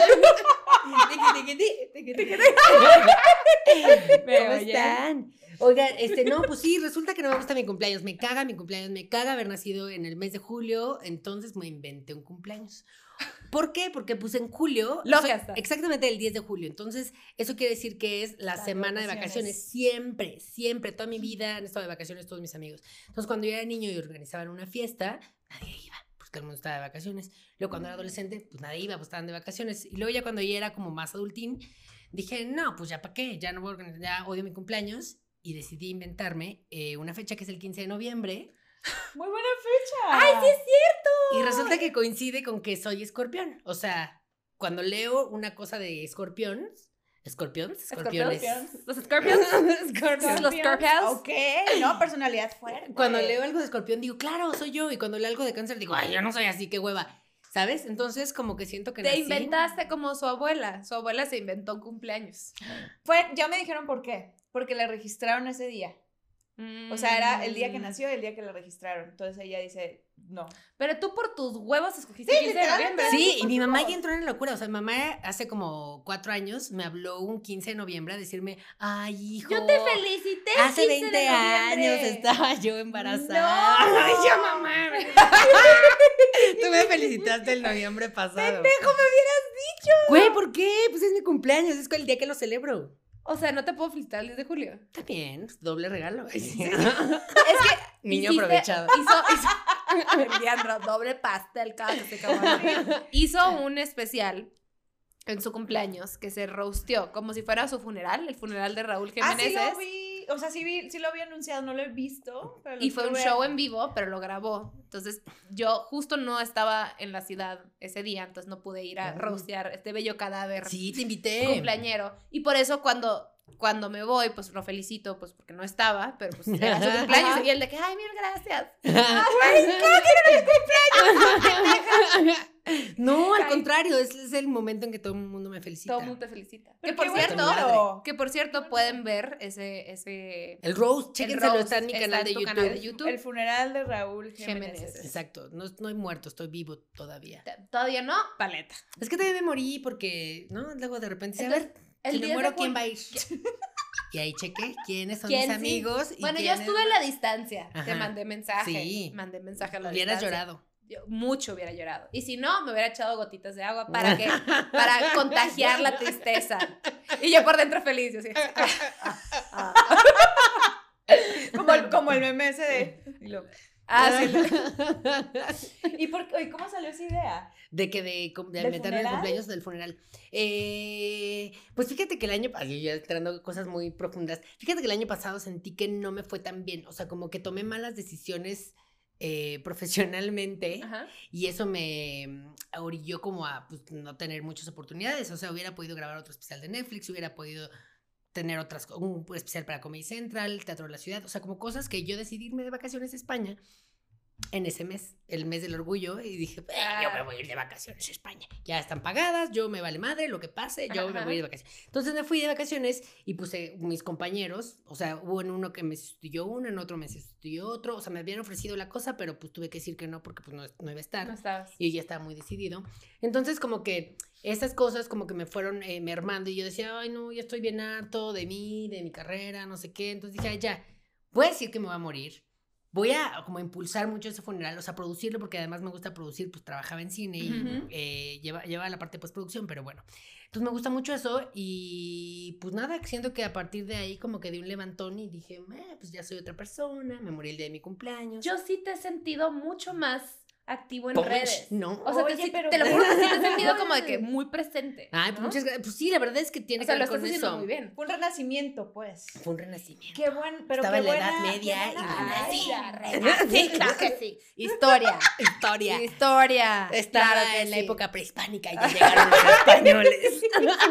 ¿Cómo están? Oigan, no, pues sí, resulta que no me gusta mi cumpleaños. Me caga mi cumpleaños, me caga haber nacido en el mes de julio, entonces me inventé un cumpleaños. ¿Por qué? Porque pues en julio, Loca está. exactamente el 10 de julio, entonces eso quiere decir que es la Las semana de vacaciones. vacaciones, siempre, siempre, toda mi vida han estado de vacaciones todos mis amigos. Entonces cuando yo era niño y organizaban una fiesta, nadie iba, porque todo el mundo estaba de vacaciones. Luego cuando era adolescente, pues nadie iba, pues estaban de vacaciones. Y luego ya cuando ya era como más adultín, dije, no, pues ya para qué, ya no voy a organizar, ya odio mi cumpleaños. Y decidí inventarme una fecha que es el 15 de noviembre. Muy buena fecha. ¡Ay, sí es cierto! Y resulta que coincide con que soy escorpión. O sea, cuando leo una cosa de escorpiones. Los Scorpions. Escorpiones. Los Scorpions. Ok, no, personalidad fuerte. Cuando leo algo de escorpión digo, claro, soy yo. Y cuando leo algo de cáncer digo, ay, yo no soy así, qué hueva. ¿Sabes? Entonces como que siento que Te nací. inventaste como su abuela. Su abuela se inventó un cumpleaños. Ya me dijeron por qué. Porque la registraron ese día. O sea, era el día que nació y el día que la registraron. Entonces ella dice, no. Pero tú por tus huevos escogiste el 15 de noviembre. Sí, y mi mamá ya entró en la locura. O sea, mi mamá hace como 4 años me habló un 15 de noviembre a decirme, ay, hijo. Yo te felicité el Hace 15 20 de noviembre. años estaba yo embarazada. No. Ay, yo, mamá. Tú me felicitaste el noviembre pasado. ¡Pendejo, me hubieras dicho! Güey, ¿por qué? Pues es mi cumpleaños, es el día que lo celebro. O sea, no te puedo felicitar el 10 de julio. Está bien, doble regalo. Es que Niño hiciste- aprovechado. Hizo Leandro, doble pastel cada que se acabó. Hizo un especial en su cumpleaños que se roasteó como si fuera su funeral, el funeral de Raúl Ah, Jiménez. sí lo vi. O sea, sí lo había anunciado, no lo he visto. Pero lo Y fue un quiero show ver. en vivo, pero lo grabó. Entonces, yo justo no estaba en la ciudad ese día, entonces no pude ir a roastear este bello cadáver Sí, te invité. cumpleañero. Y por eso cuando me voy, pues lo felicito, pues porque no estaba, pero pues era su cumpleaños. Y el de que, ay, mil gracias. No, al Ay. contrario, es el momento en que todo el mundo me felicita. Todo el mundo te felicita. Pero Que por qué bueno. cierto, que por cierto pueden ver ese El roast, chéquenselo, roast está en mi canal de tu YouTube. canal de YouTube. El funeral de Raúl Jiménez. Jiménez. Exacto, no he muerto, estoy vivo todavía. Todavía no, paleta. Es que todavía me morí porque, ¿no? Luego de repente, a Entonces, ver, el si me 10 de muero, ¿quién julio- va a ir? Y ahí chequé quiénes son ¿Quién mis sí? amigos. Y Bueno, yo quiénes estuve en la distancia. Te Ajá. mandé mensaje. Sí. Mandé mensaje a la Hubieras distancia. llorado. Yo mucho hubiera llorado. Y si no, me hubiera echado gotitas de agua para contagiar la tristeza. Y yo por dentro feliz. Yo así, Como el meme ese de... y lo- sí. ¿Y cómo salió esa idea? De ¿Del meterme en el funeral? cumpleaños del funeral. Pues fíjate que el año pasado, ya entrando cosas muy profundas, fíjate que el año pasado sentí que no me fue tan bien. O sea, como que tomé malas decisiones profesionalmente. Ajá. Y eso me orilló como a pues, no tener muchas oportunidades. O sea, hubiera podido grabar otro especial de Netflix, hubiera podido tener un especial para Comedy Central, Teatro de la Ciudad. O sea, como cosas que yo decidí irme de vacaciones a España en ese mes, el mes del orgullo. Y dije, yo me voy a ir de vacaciones a España. Ya están pagadas, yo me vale madre, lo que pase, yo me voy a ir de vacaciones. Entonces me fui de vacaciones y puse mis compañeros. O sea, hubo en uno que me sustituyó uno, en otro me sustituyó otro. O sea, me habían ofrecido la cosa, pero pues tuve que decir que no porque pues no iba a estar. No estabas. Y yo ya estaba muy decidido. Entonces, como que esas cosas como que me fueron mermando y yo decía, ay, no, ya estoy bien harto de mí, de mi carrera, no sé qué. Entonces dije, ay, ya, voy a decir que me voy a morir voy a como impulsar mucho ese funeral, o sea, producirlo, porque además me gusta producir, pues trabajaba en cine y lleva la parte de postproducción, pero bueno. Entonces me gusta mucho eso y pues nada, siento que a partir de ahí como que di un levantón y dije, pues ya soy otra persona, me morí el día de mi cumpleaños. Yo sí te he sentido mucho más activo en Punch, redes. no. O sea, Oye, pero te lo juro que sí te he sentido como de que muy presente. Ay, pues ¿no? muchas gracias. Pues sí, la verdad es que tiene O sea, que lo ver estás con haciendo eso. muy bien. Fue un renacimiento, pues. Fue un renacimiento. Qué buen, pero Estaba qué en la buena, Edad Media qué y buena renací. idea. Sí, claro que sí. Historia. Historia. Estaba Claro que en la sí. época prehispánica y ya llegaron los españoles.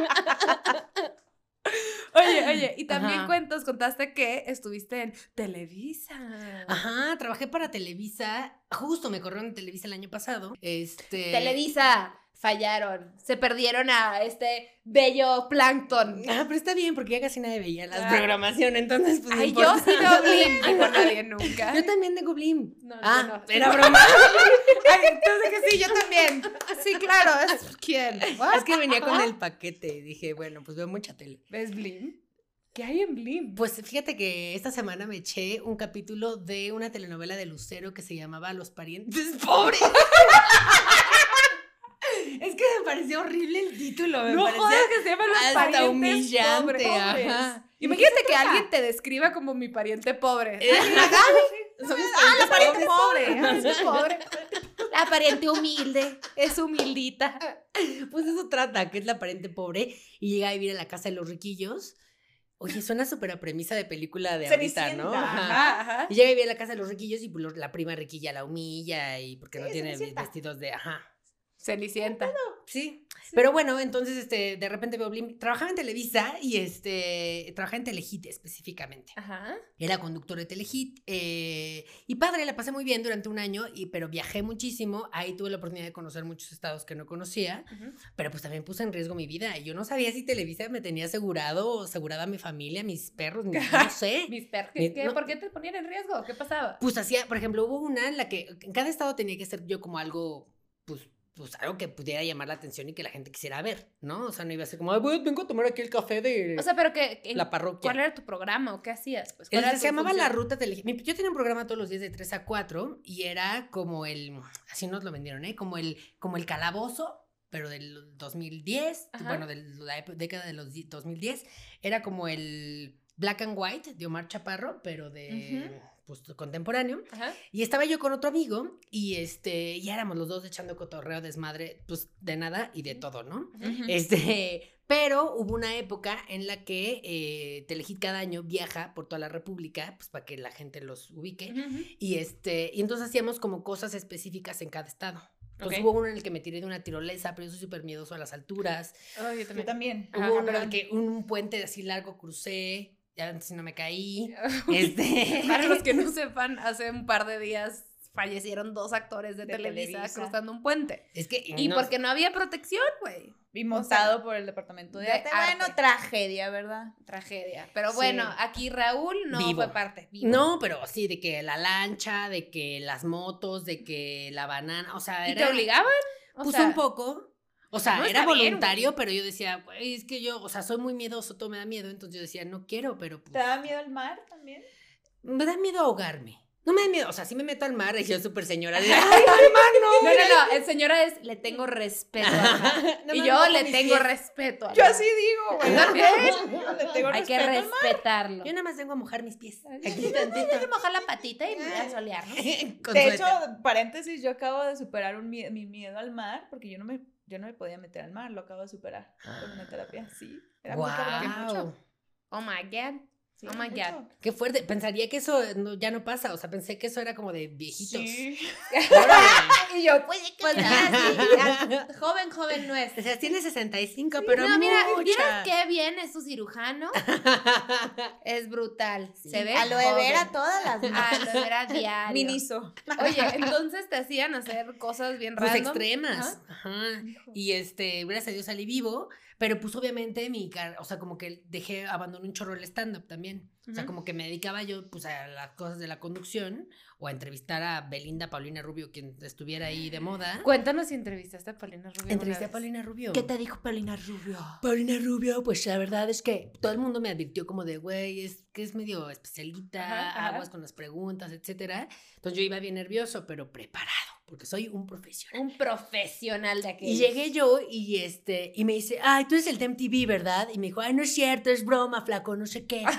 Oye, y también Ajá. contaste que estuviste en Televisa. Ajá, trabajé para Televisa. Justo me corrieron de Televisa el año pasado. Televisa, fallaron. Se perdieron a este bello plancton. Ah, pero está bien porque ya casi nadie veía la programación, entonces pues no Ay, yo importa. sí veo Blim, dijo nadie nunca. Yo también tengo Blim. No, Ah, yo no. era broma. Ay, entonces que sí, yo también. Sí, claro, es ¿quién? Es que venía con el paquete y dije, bueno, pues veo mucha tele. ¿Ves Blim? ¿Qué hay en Blim? Pues fíjate que esta semana me eché un capítulo de una telenovela de Lucero que se llamaba Los Parientes Pobres. Es que me pareció horrible el título, me No parecía jodas que se llaman Los hasta Parientes humillante, Pobres. ajá. Imagínate que alguien te describa como mi pariente pobre. Son mis La pariente pobres. pobre. Es pobre. La pariente humilde. Es humildita. Pues eso trata, que es la pariente pobre y llega a vivir a la casa de los riquillos. Oye, suena súper a premisa de película de ahorita, Cenicienta. ¿no? Ajá. Ajá, ajá. Y llega a vivir a la casa de los riquillos y pues, la prima riquilla la humilla y porque no Sí, tiene Cenicienta. vestidos de... Ajá. Cenicienta. Sí. Pero bueno, entonces, de repente veo Blim. Trabajaba en Televisa y, trabajaba en Telehit específicamente. Ajá. Era conductor de Telehit. Y padre, la pasé muy bien durante un año, pero viajé muchísimo. Ahí tuve la oportunidad de conocer muchos estados que no conocía. Pero pues también puse en riesgo mi vida. Y yo no sabía si Televisa me tenía asegurado o asegurada a mi familia, mis perros, no sé. Mis perros. No. ¿Por qué te ponían en riesgo? ¿Qué pasaba? Pues hacía, por ejemplo, hubo una en la que en cada estado tenía que ser yo como algo, pues algo que pudiera llamar la atención y que la gente quisiera ver, ¿no? O sea, no iba a ser como, vengo a tomar aquí el café de O sea, pero que la parroquia. ¿cuál era tu programa o qué hacías? Pues, ¿cuál era Se tu llamaba función? La Ruta Televisiva. Yo tenía un programa todos los días de 3 a 4 y era como así nos lo vendieron, ¿eh? Como el calabozo, pero del 2010, Ajá. bueno, de la década de los 2010. Era como el Black and White de Omar Chaparro, pero de... pues contemporáneo, Ajá. y estaba yo con otro amigo y y éramos los dos echando cotorreo, desmadre, pues de nada y de todo, ¿no? Ujú. Pero hubo una época en la que Telehit cada año viaja por toda la república, pues para que la gente los ubique, Ujú. y entonces hacíamos como cosas específicas en cada estado. Entonces Ok. hubo uno en el que me tiré de una tirolesa, pero yo soy súper miedoso a las alturas. Oh, yo Yo también. Ajá, Hubo uno pero- en el que un puente así largo crucé, ya antes si no me caí. Para los que no sepan, hace un par de días fallecieron 2 actores de De Televisa Televisa. cruzando un puente. Es que Y porque no había protección, güey. Y montado por el departamento de de arte. arte. Bueno, tragedia, ¿verdad? Tragedia. Pero Sí. bueno, aquí Raúl no Vivo. fue parte. Vivo. No, pero sí, de que la lancha, de que las motos, de que la banana, o sea, ¿Y era... te obligaban? O Pues sea, un poco. O sea, no, era está bien, voluntario, pero yo decía, güey, es que yo, o sea, soy muy miedoso, todo me da miedo, entonces yo decía, no quiero, pero pues... ¿Te da miedo el mar también? Me da miedo ahogarme. No me da miedo, o sea, sí me meto al mar y yo súper señora de, Ay, ¡ay, hermano! No, el señora es, le tengo respeto al mar. No Y me yo mojo le mis tengo pies. respeto al Yo mar. así digo, güey. También. Yo le tengo Hay que respeto al mar. respetarlo. Yo nada más vengo a mojar mis pies. Hay Aquí que tantito. mojar la patita y a solearnos. Con De suéter. hecho, paréntesis, yo acabo de superar mi miedo al mar porque yo no me podía meter al mar, lo acabo de superar con una terapia. Sí, era muy cabrón. Guau. Oh my God. Sí, Oh my mucho. God. Qué fuerte. Pensaría que eso ya no pasa. O sea, pensé que eso era como de viejitos. Sí. Órale. Y yo, pues ya, joven no es. O sea, tiene 65, pero No, mira, mucha. ¿vieras qué bien es su cirujano? Es brutal. Sí. Se ve Aloe vera joven. todas las Aloe vera diario. Miniso. Oye, entonces te hacían hacer cosas bien Pues random. extremas. Ajá. Ajá. Y gracias a Dios salí vivo, Pero pues obviamente o sea, como que abandoné un chorro el stand-up también. O sea, como que me dedicaba yo pues a las cosas de la conducción o a entrevistar a Belinda, Paulina Rubio, quien estuviera ahí de moda. Cuéntanos si entrevistaste a Paulina Rubio. Entrevisté a Paulina Rubio. ¿Qué te dijo Paulina Rubio? Paulina Rubio, pues la verdad es que todo el mundo me advirtió como de, güey, es que es medio especialita, Ajá. aguas con las preguntas, etcétera. Entonces yo iba bien nervioso, pero preparado, porque soy un profesional. Un profesional de aquellos. Y llegué yo y me dice, ay, tú eres el de MTV, ¿verdad? Y me dijo, ay, no es cierto, es broma, flaco, no sé qué.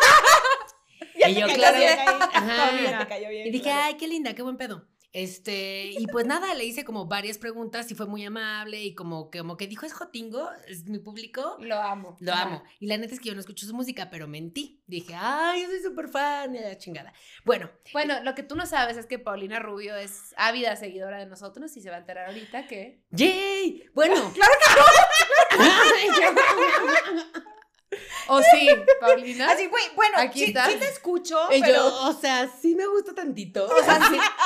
Y yo, claro, Paulina, te cayó bien. y dije, claro. ay, qué linda, qué buen pedo. Y pues nada, le hice como varias preguntas y fue muy amable y como que dijo, es jotingo, es mi público. Lo amo. Lo amo. Y la neta es que yo no escucho su música, pero mentí. Dije, ay, yo soy súper fan, y la chingada. Bueno, Lo que tú no sabes es que Paulina Rubio es ávida seguidora de nosotros y se va a enterar ahorita que... ¡yay! Bueno. ¡Claro que no! ¿O sí, Paulina? Así, güey, bueno, Aquí sí, está. sí te escucho, Y pero... yo, o sea, sí me gusta tantito. O sea,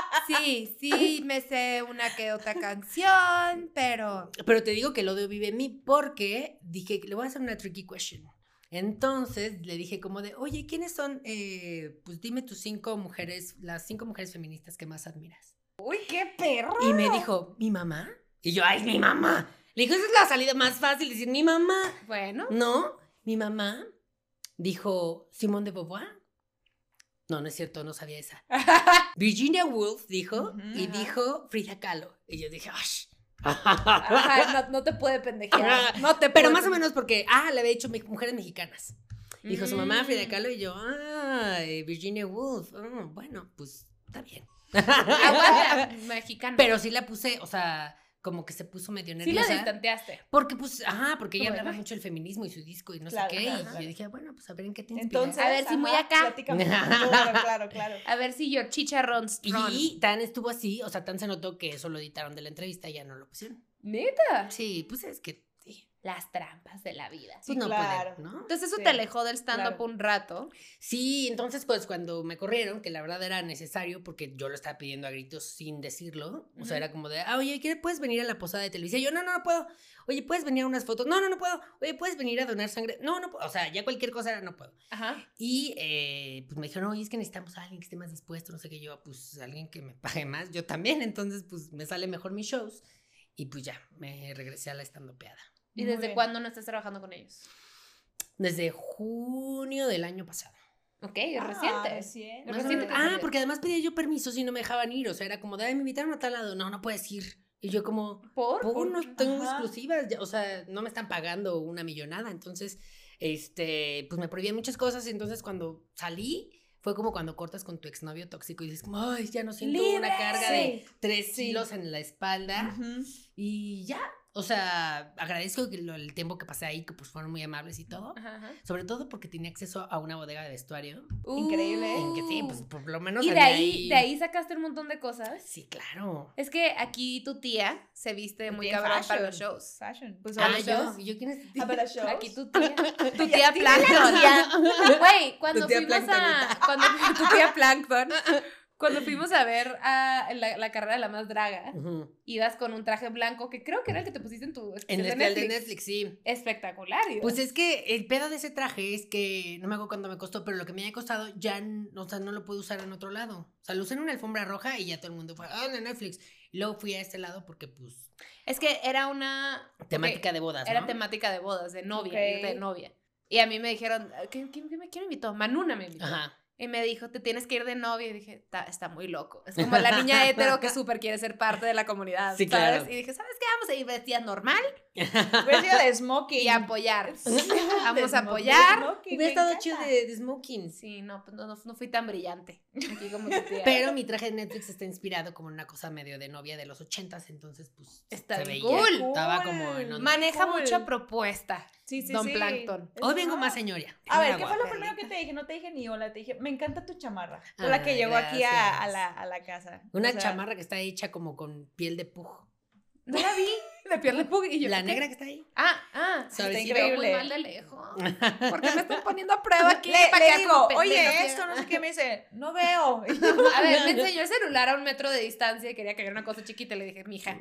sí, me sé una que otra canción, pero... Pero te digo que el odio vive en mí porque dije, le voy a hacer una tricky question. Entonces le dije como de, oye, ¿quiénes son? Pues dime tus 5 mujeres, las 5 mujeres feministas que más admiras. ¡Uy, qué perro! Y me dijo, ¿mi mamá? Y yo, ¡ay, mi mamá! Le dije, esa es la salida más fácil, decir, mi mamá. Bueno. No, mi mamá dijo, Simone de Beauvoir. No, no es cierto, no sabía esa. Virginia Woolf dijo, y dijo Frida Kahlo. Y yo dije, ¡ash! Ajá, no te puede pendejear. No te Pero puede más o menos porque, le había dicho mujeres mexicanas. Dijo su mamá, Frida Kahlo, y yo, Virginia Woolf. Bueno, pues está bien. Aguanta, mexicana. Pero sí la puse, o sea, como que se puso medio sí nerviosa. la distanteaste. Porque, pues, porque ella Bueno. hablaba mucho del feminismo y su disco y no Claro, sé qué. claro, y claro. yo dije, bueno, pues a ver en qué te inspiras. Entonces, A ver si muy acá. platícame. Claro. A ver si yo chicharrón strong. Y tan estuvo así, o sea, tan se notó que eso lo editaron de la entrevista y ya no lo pusieron. ¿Neta? Sí, pues es que sí. Las trampas de la vida. Pues Sí, no claro. puede, ¿no? Entonces eso Sí, te alejó del stand-up claro. un rato. Sí, entonces pues cuando me corrieron, que la verdad era necesario porque yo lo estaba pidiendo a gritos sin decirlo, o sea, era como de, oye, ¿puedes venir a la posada de Televisa? Y yo, no puedo. Oye, ¿puedes venir a unas fotos? No puedo. Oye, ¿puedes venir a donar sangre? No puedo. O sea, ya cualquier cosa era no puedo. Ajá. Y pues me dijeron, oye, es que necesitamos a alguien que esté más dispuesto, no sé qué. Yo, pues alguien que me pague más, yo también, entonces pues me sale mejor mis shows. Y pues ya, me regresé a la estandopeada. ¿Y Muy desde bien. cuándo no estás trabajando con ellos? Desde junio del año pasado. Ok, es reciente. Reciente. Es reciente. Porque además pedía yo permiso si no me dejaban ir. O sea, era como de, me invitaron a tal lado. No puedes ir. Y yo como, ¿Por? no tengo Ajá. exclusivas. O sea, no me están pagando una millonada. Entonces, pues me prohibían muchas cosas. Entonces, cuando salí, fue como cuando cortas con tu exnovio tóxico y dices como, ay, ya no siento una ¡Libre! carga de 3 Sí. kilos en la espalda. Ujú. Y ya. O sea, agradezco el tiempo que pasé ahí, que pues fueron muy amables y todo. Ajá. Sobre todo porque tenía acceso a una bodega de vestuario. Increíble. En que sí, pues por lo menos Y había de ahí sacaste un montón de cosas. Sí, claro. Es que aquí tu tía se viste muy Bien cabrón para fashion. los shows. Fashion. Pues Ah, a los shows. ¿yo quién es? Para shows. Aquí tu tía. Tu tía tía Plankton. Güey, cuando Tu tía fuimos Plankton. tu tía Plankton. Cuando fuimos a ver la carrera de la más draga, Ujú. ibas con un traje blanco que creo que era el que te pusiste en tu En especial el de Netflix, sí. Espectacular. ibas. Pues es que el pedo de ese traje es que, no me acuerdo cuánto me costó, pero lo que me había costado ya, o sea, no lo puedo usar en otro lado. O sea, lo usé en una alfombra roja y ya todo el mundo fue, de Netflix. Y luego fui a este lado porque, pues, Es que era una... temática de bodas, Era ¿no? temática de bodas, de novia, Ok. ir de novia. Y a mí me dijeron, ¿quién me invitó? Manuna me invitó. Ajá. Y me dijo, te tienes que ir de novia. Y dije, está muy loco. Es como la niña hetero que súper quiere ser parte de la comunidad, Sí, ¿sabes? claro. Y dije, ¿sabes qué? Vamos a ir vestidas normal Vestido de smoking. y apoyar. Vamos De a apoyar. smoking, Hubiera me estado encanta. chido de smoking. Sí, no, pues no fui tan brillante. Aquí como tu tía. Pero mi traje de Netflix está inspirado como en una cosa medio de novia de los 80s, entonces pues Está se bien veía. cool. Estaba como en onda. Maneja Cool. mucha propuesta. Sí, sí, Don sí. Plankton. Hoy vengo Ah. más señora. A ver, Una ¿qué fue lo guapa. primero que te dije? No te dije ni hola, te dije, me encanta tu chamarra. Fue Ah, la que llegó aquí a gracias. la casa. Una O sea, chamarra que está hecha como con piel de pujo. No la vi. De Pierre Le Pug y yo. La ¿qué? negra que está ahí. Está Suavecita. increíble. Muy mal de lejos. ¿Por qué me están poniendo a prueba aquí? Le que digo, como pendeja, oye, esto, no sé qué, me dice, no veo. A ver, me enseñó el celular a 1 metro de distancia y quería que viera una cosa chiquita y le dije, mija,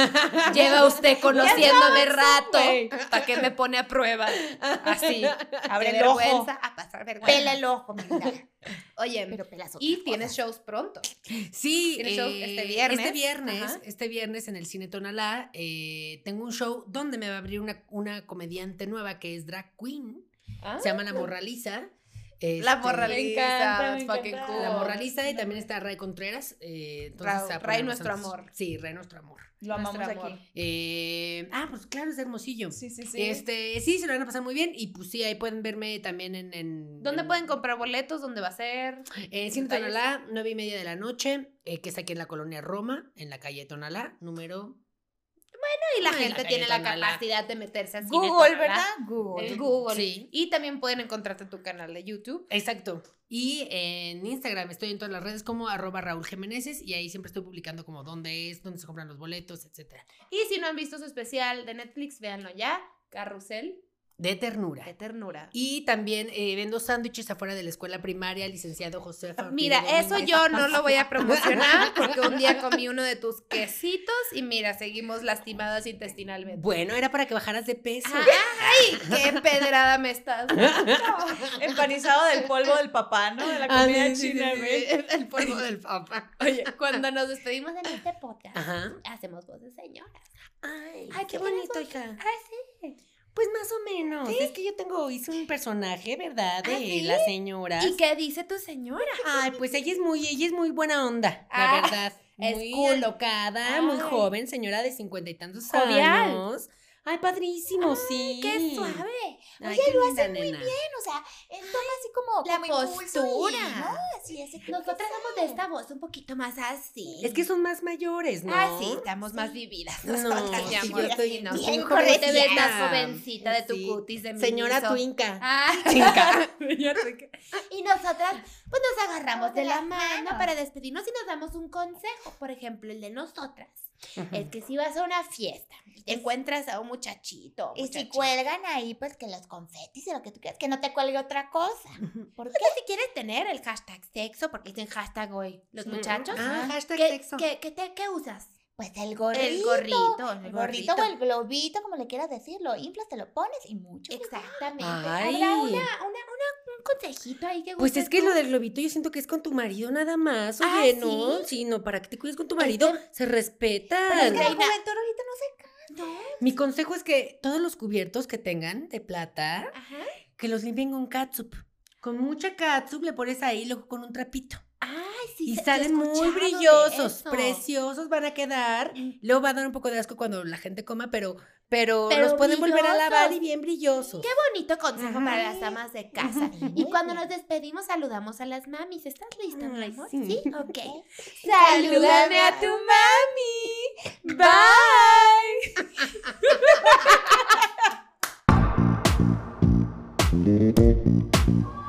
lleva usted conociéndome rato, güey. ¿para qué me pone a prueba? Así, Abre qué el ojo. vergüenza, a pasar vergüenza. Pela el ojo, mi vida. Oye, Pero pelas otras y tienes cosas. shows pronto. Sí, ¿Tienes show este viernes? Ajá. Este viernes en el Cine Tonalá tengo un show donde me va a abrir una comediante nueva que es drag queen. ¿Ah? Se llama La Morraliza. La Morraliza, Me encanta, that's me fucking encanta. cool. La Morraliza y también está Ray Contreras. Entonces Ray, se va a Ray poner nuestro bastante- amor. Sí, Ray nuestro amor. Lo amamos Nuestro aquí. amor. Pues claro, es Hermosillo. Sí, sí, sí. Sí, se lo van a pasar muy bien. Y pues sí, ahí pueden verme también en ¿Dónde pueden comprar boletos? ¿Dónde va a ser? Cine Detalles. Tonalá, 9:30 de la noche, que es aquí en la colonia Roma, en la calle Tonalá, número... Y la Ay, gente la tiene la Tonalá. capacidad de meterse a Cine Google, Tonalá. ¿verdad? Google. El Google. Sí. Y también pueden encontrarte en tu canal de YouTube. Exacto. Y en Instagram estoy en todas las redes como @RaúlGimeneses y ahí siempre estoy publicando como dónde se compran los boletos, etcétera. Y si no han visto su especial de Netflix, véanlo ya. Carrusel De ternura. de ternura. Y también vendo sándwiches afuera de la escuela primaria, licenciado José Ortiz Mira, Domínguez. eso yo no lo voy a promocionar porque un día comí uno de tus quesitos y mira, seguimos lastimadas intestinalmente. Bueno, era para que bajaras de peso. ¡Ay! ¡Qué pedrada me estás dando! Empanizado del polvo del papá, ¿no? De la comida china, güey. El polvo del papá. Oye, cuando nos despedimos En este podcast Ajá. hacemos voz de señoras. Ay, Ay, qué ¿qué bonito, tienes hija. Ah, sí. Pues más o menos. Es que yo hice un personaje, ¿verdad? De ¿sí? las señoras. ¿Y qué dice tu señora? Ay, pues ella es muy buena onda, Ah, la verdad. es Muy cool. alocada, muy Ay. joven, señora de 50 y tantos Jovial. años. Ay, padrísimo, sí. ¡Qué suave! Ay, Oye, qué lo linda hace muy nena. bien, o sea, él toma así como La impulso postura. y, ¿no? Así es. Nosotras somos de esta voz un poquito más así. Es que son más mayores, ¿no? Ah, sí, estamos más vividas. No, Nosotras, mi sí, amor. yo estoy Sí, no, bien sí, como te ves correcta. más jovencita de tu Sí. cutis de Señora Miniso. Twinca. Ah, Twinca. señora Twinca. Y nosotras, pues nos agarramos de de la las mano manos. para despedirnos y nos damos un consejo. Por ejemplo, el de nosotras. Es que si vas a una fiesta y te encuentras a un muchachito o Y si muchachita, cuelgan ahí, pues que los confetis y lo que tú quieras, que no te cuelgue otra cosa. ¿Por qué? porque si quieres tener el hashtag sexo, porque dicen hashtag hoy los muchachos, Ah, hashtag ¿qué, sexo. ¿qué usas? Pues el gorrito. El gorrito, El gorrito o el globito, como le quieras decir, lo inflas, te lo pones y mucho. Exactamente. Ay. Habrá un consejito ahí que Pues gustes es que tú? lo del globito yo siento que es con tu marido nada más. Ah, Oye, ¿sí? no, sí, no, para que te cuides con tu marido, se respetan. Pero es que la Reina. juventud ahorita no se Mi consejo es que todos los cubiertos que tengan de plata, Ajá. que los limpien con catsup. Con mucha catsup le pones ahí, luego con un trapito. Ay, sí. Y yo he salen muy escuchado de brillosos, eso. preciosos van a quedar. Mm. Luego va a dar un poco de asco cuando la gente coma, pero Pero los pueden volver a lavar brillosos. y bien brillosos. Qué bonito consejo para las amas de casa. Y cuando nos despedimos, saludamos a las mamis. ¿Estás lista, mi Ay, amor? sí. Sí, ok. Salúdame a tu mami. Bye. Salúdame.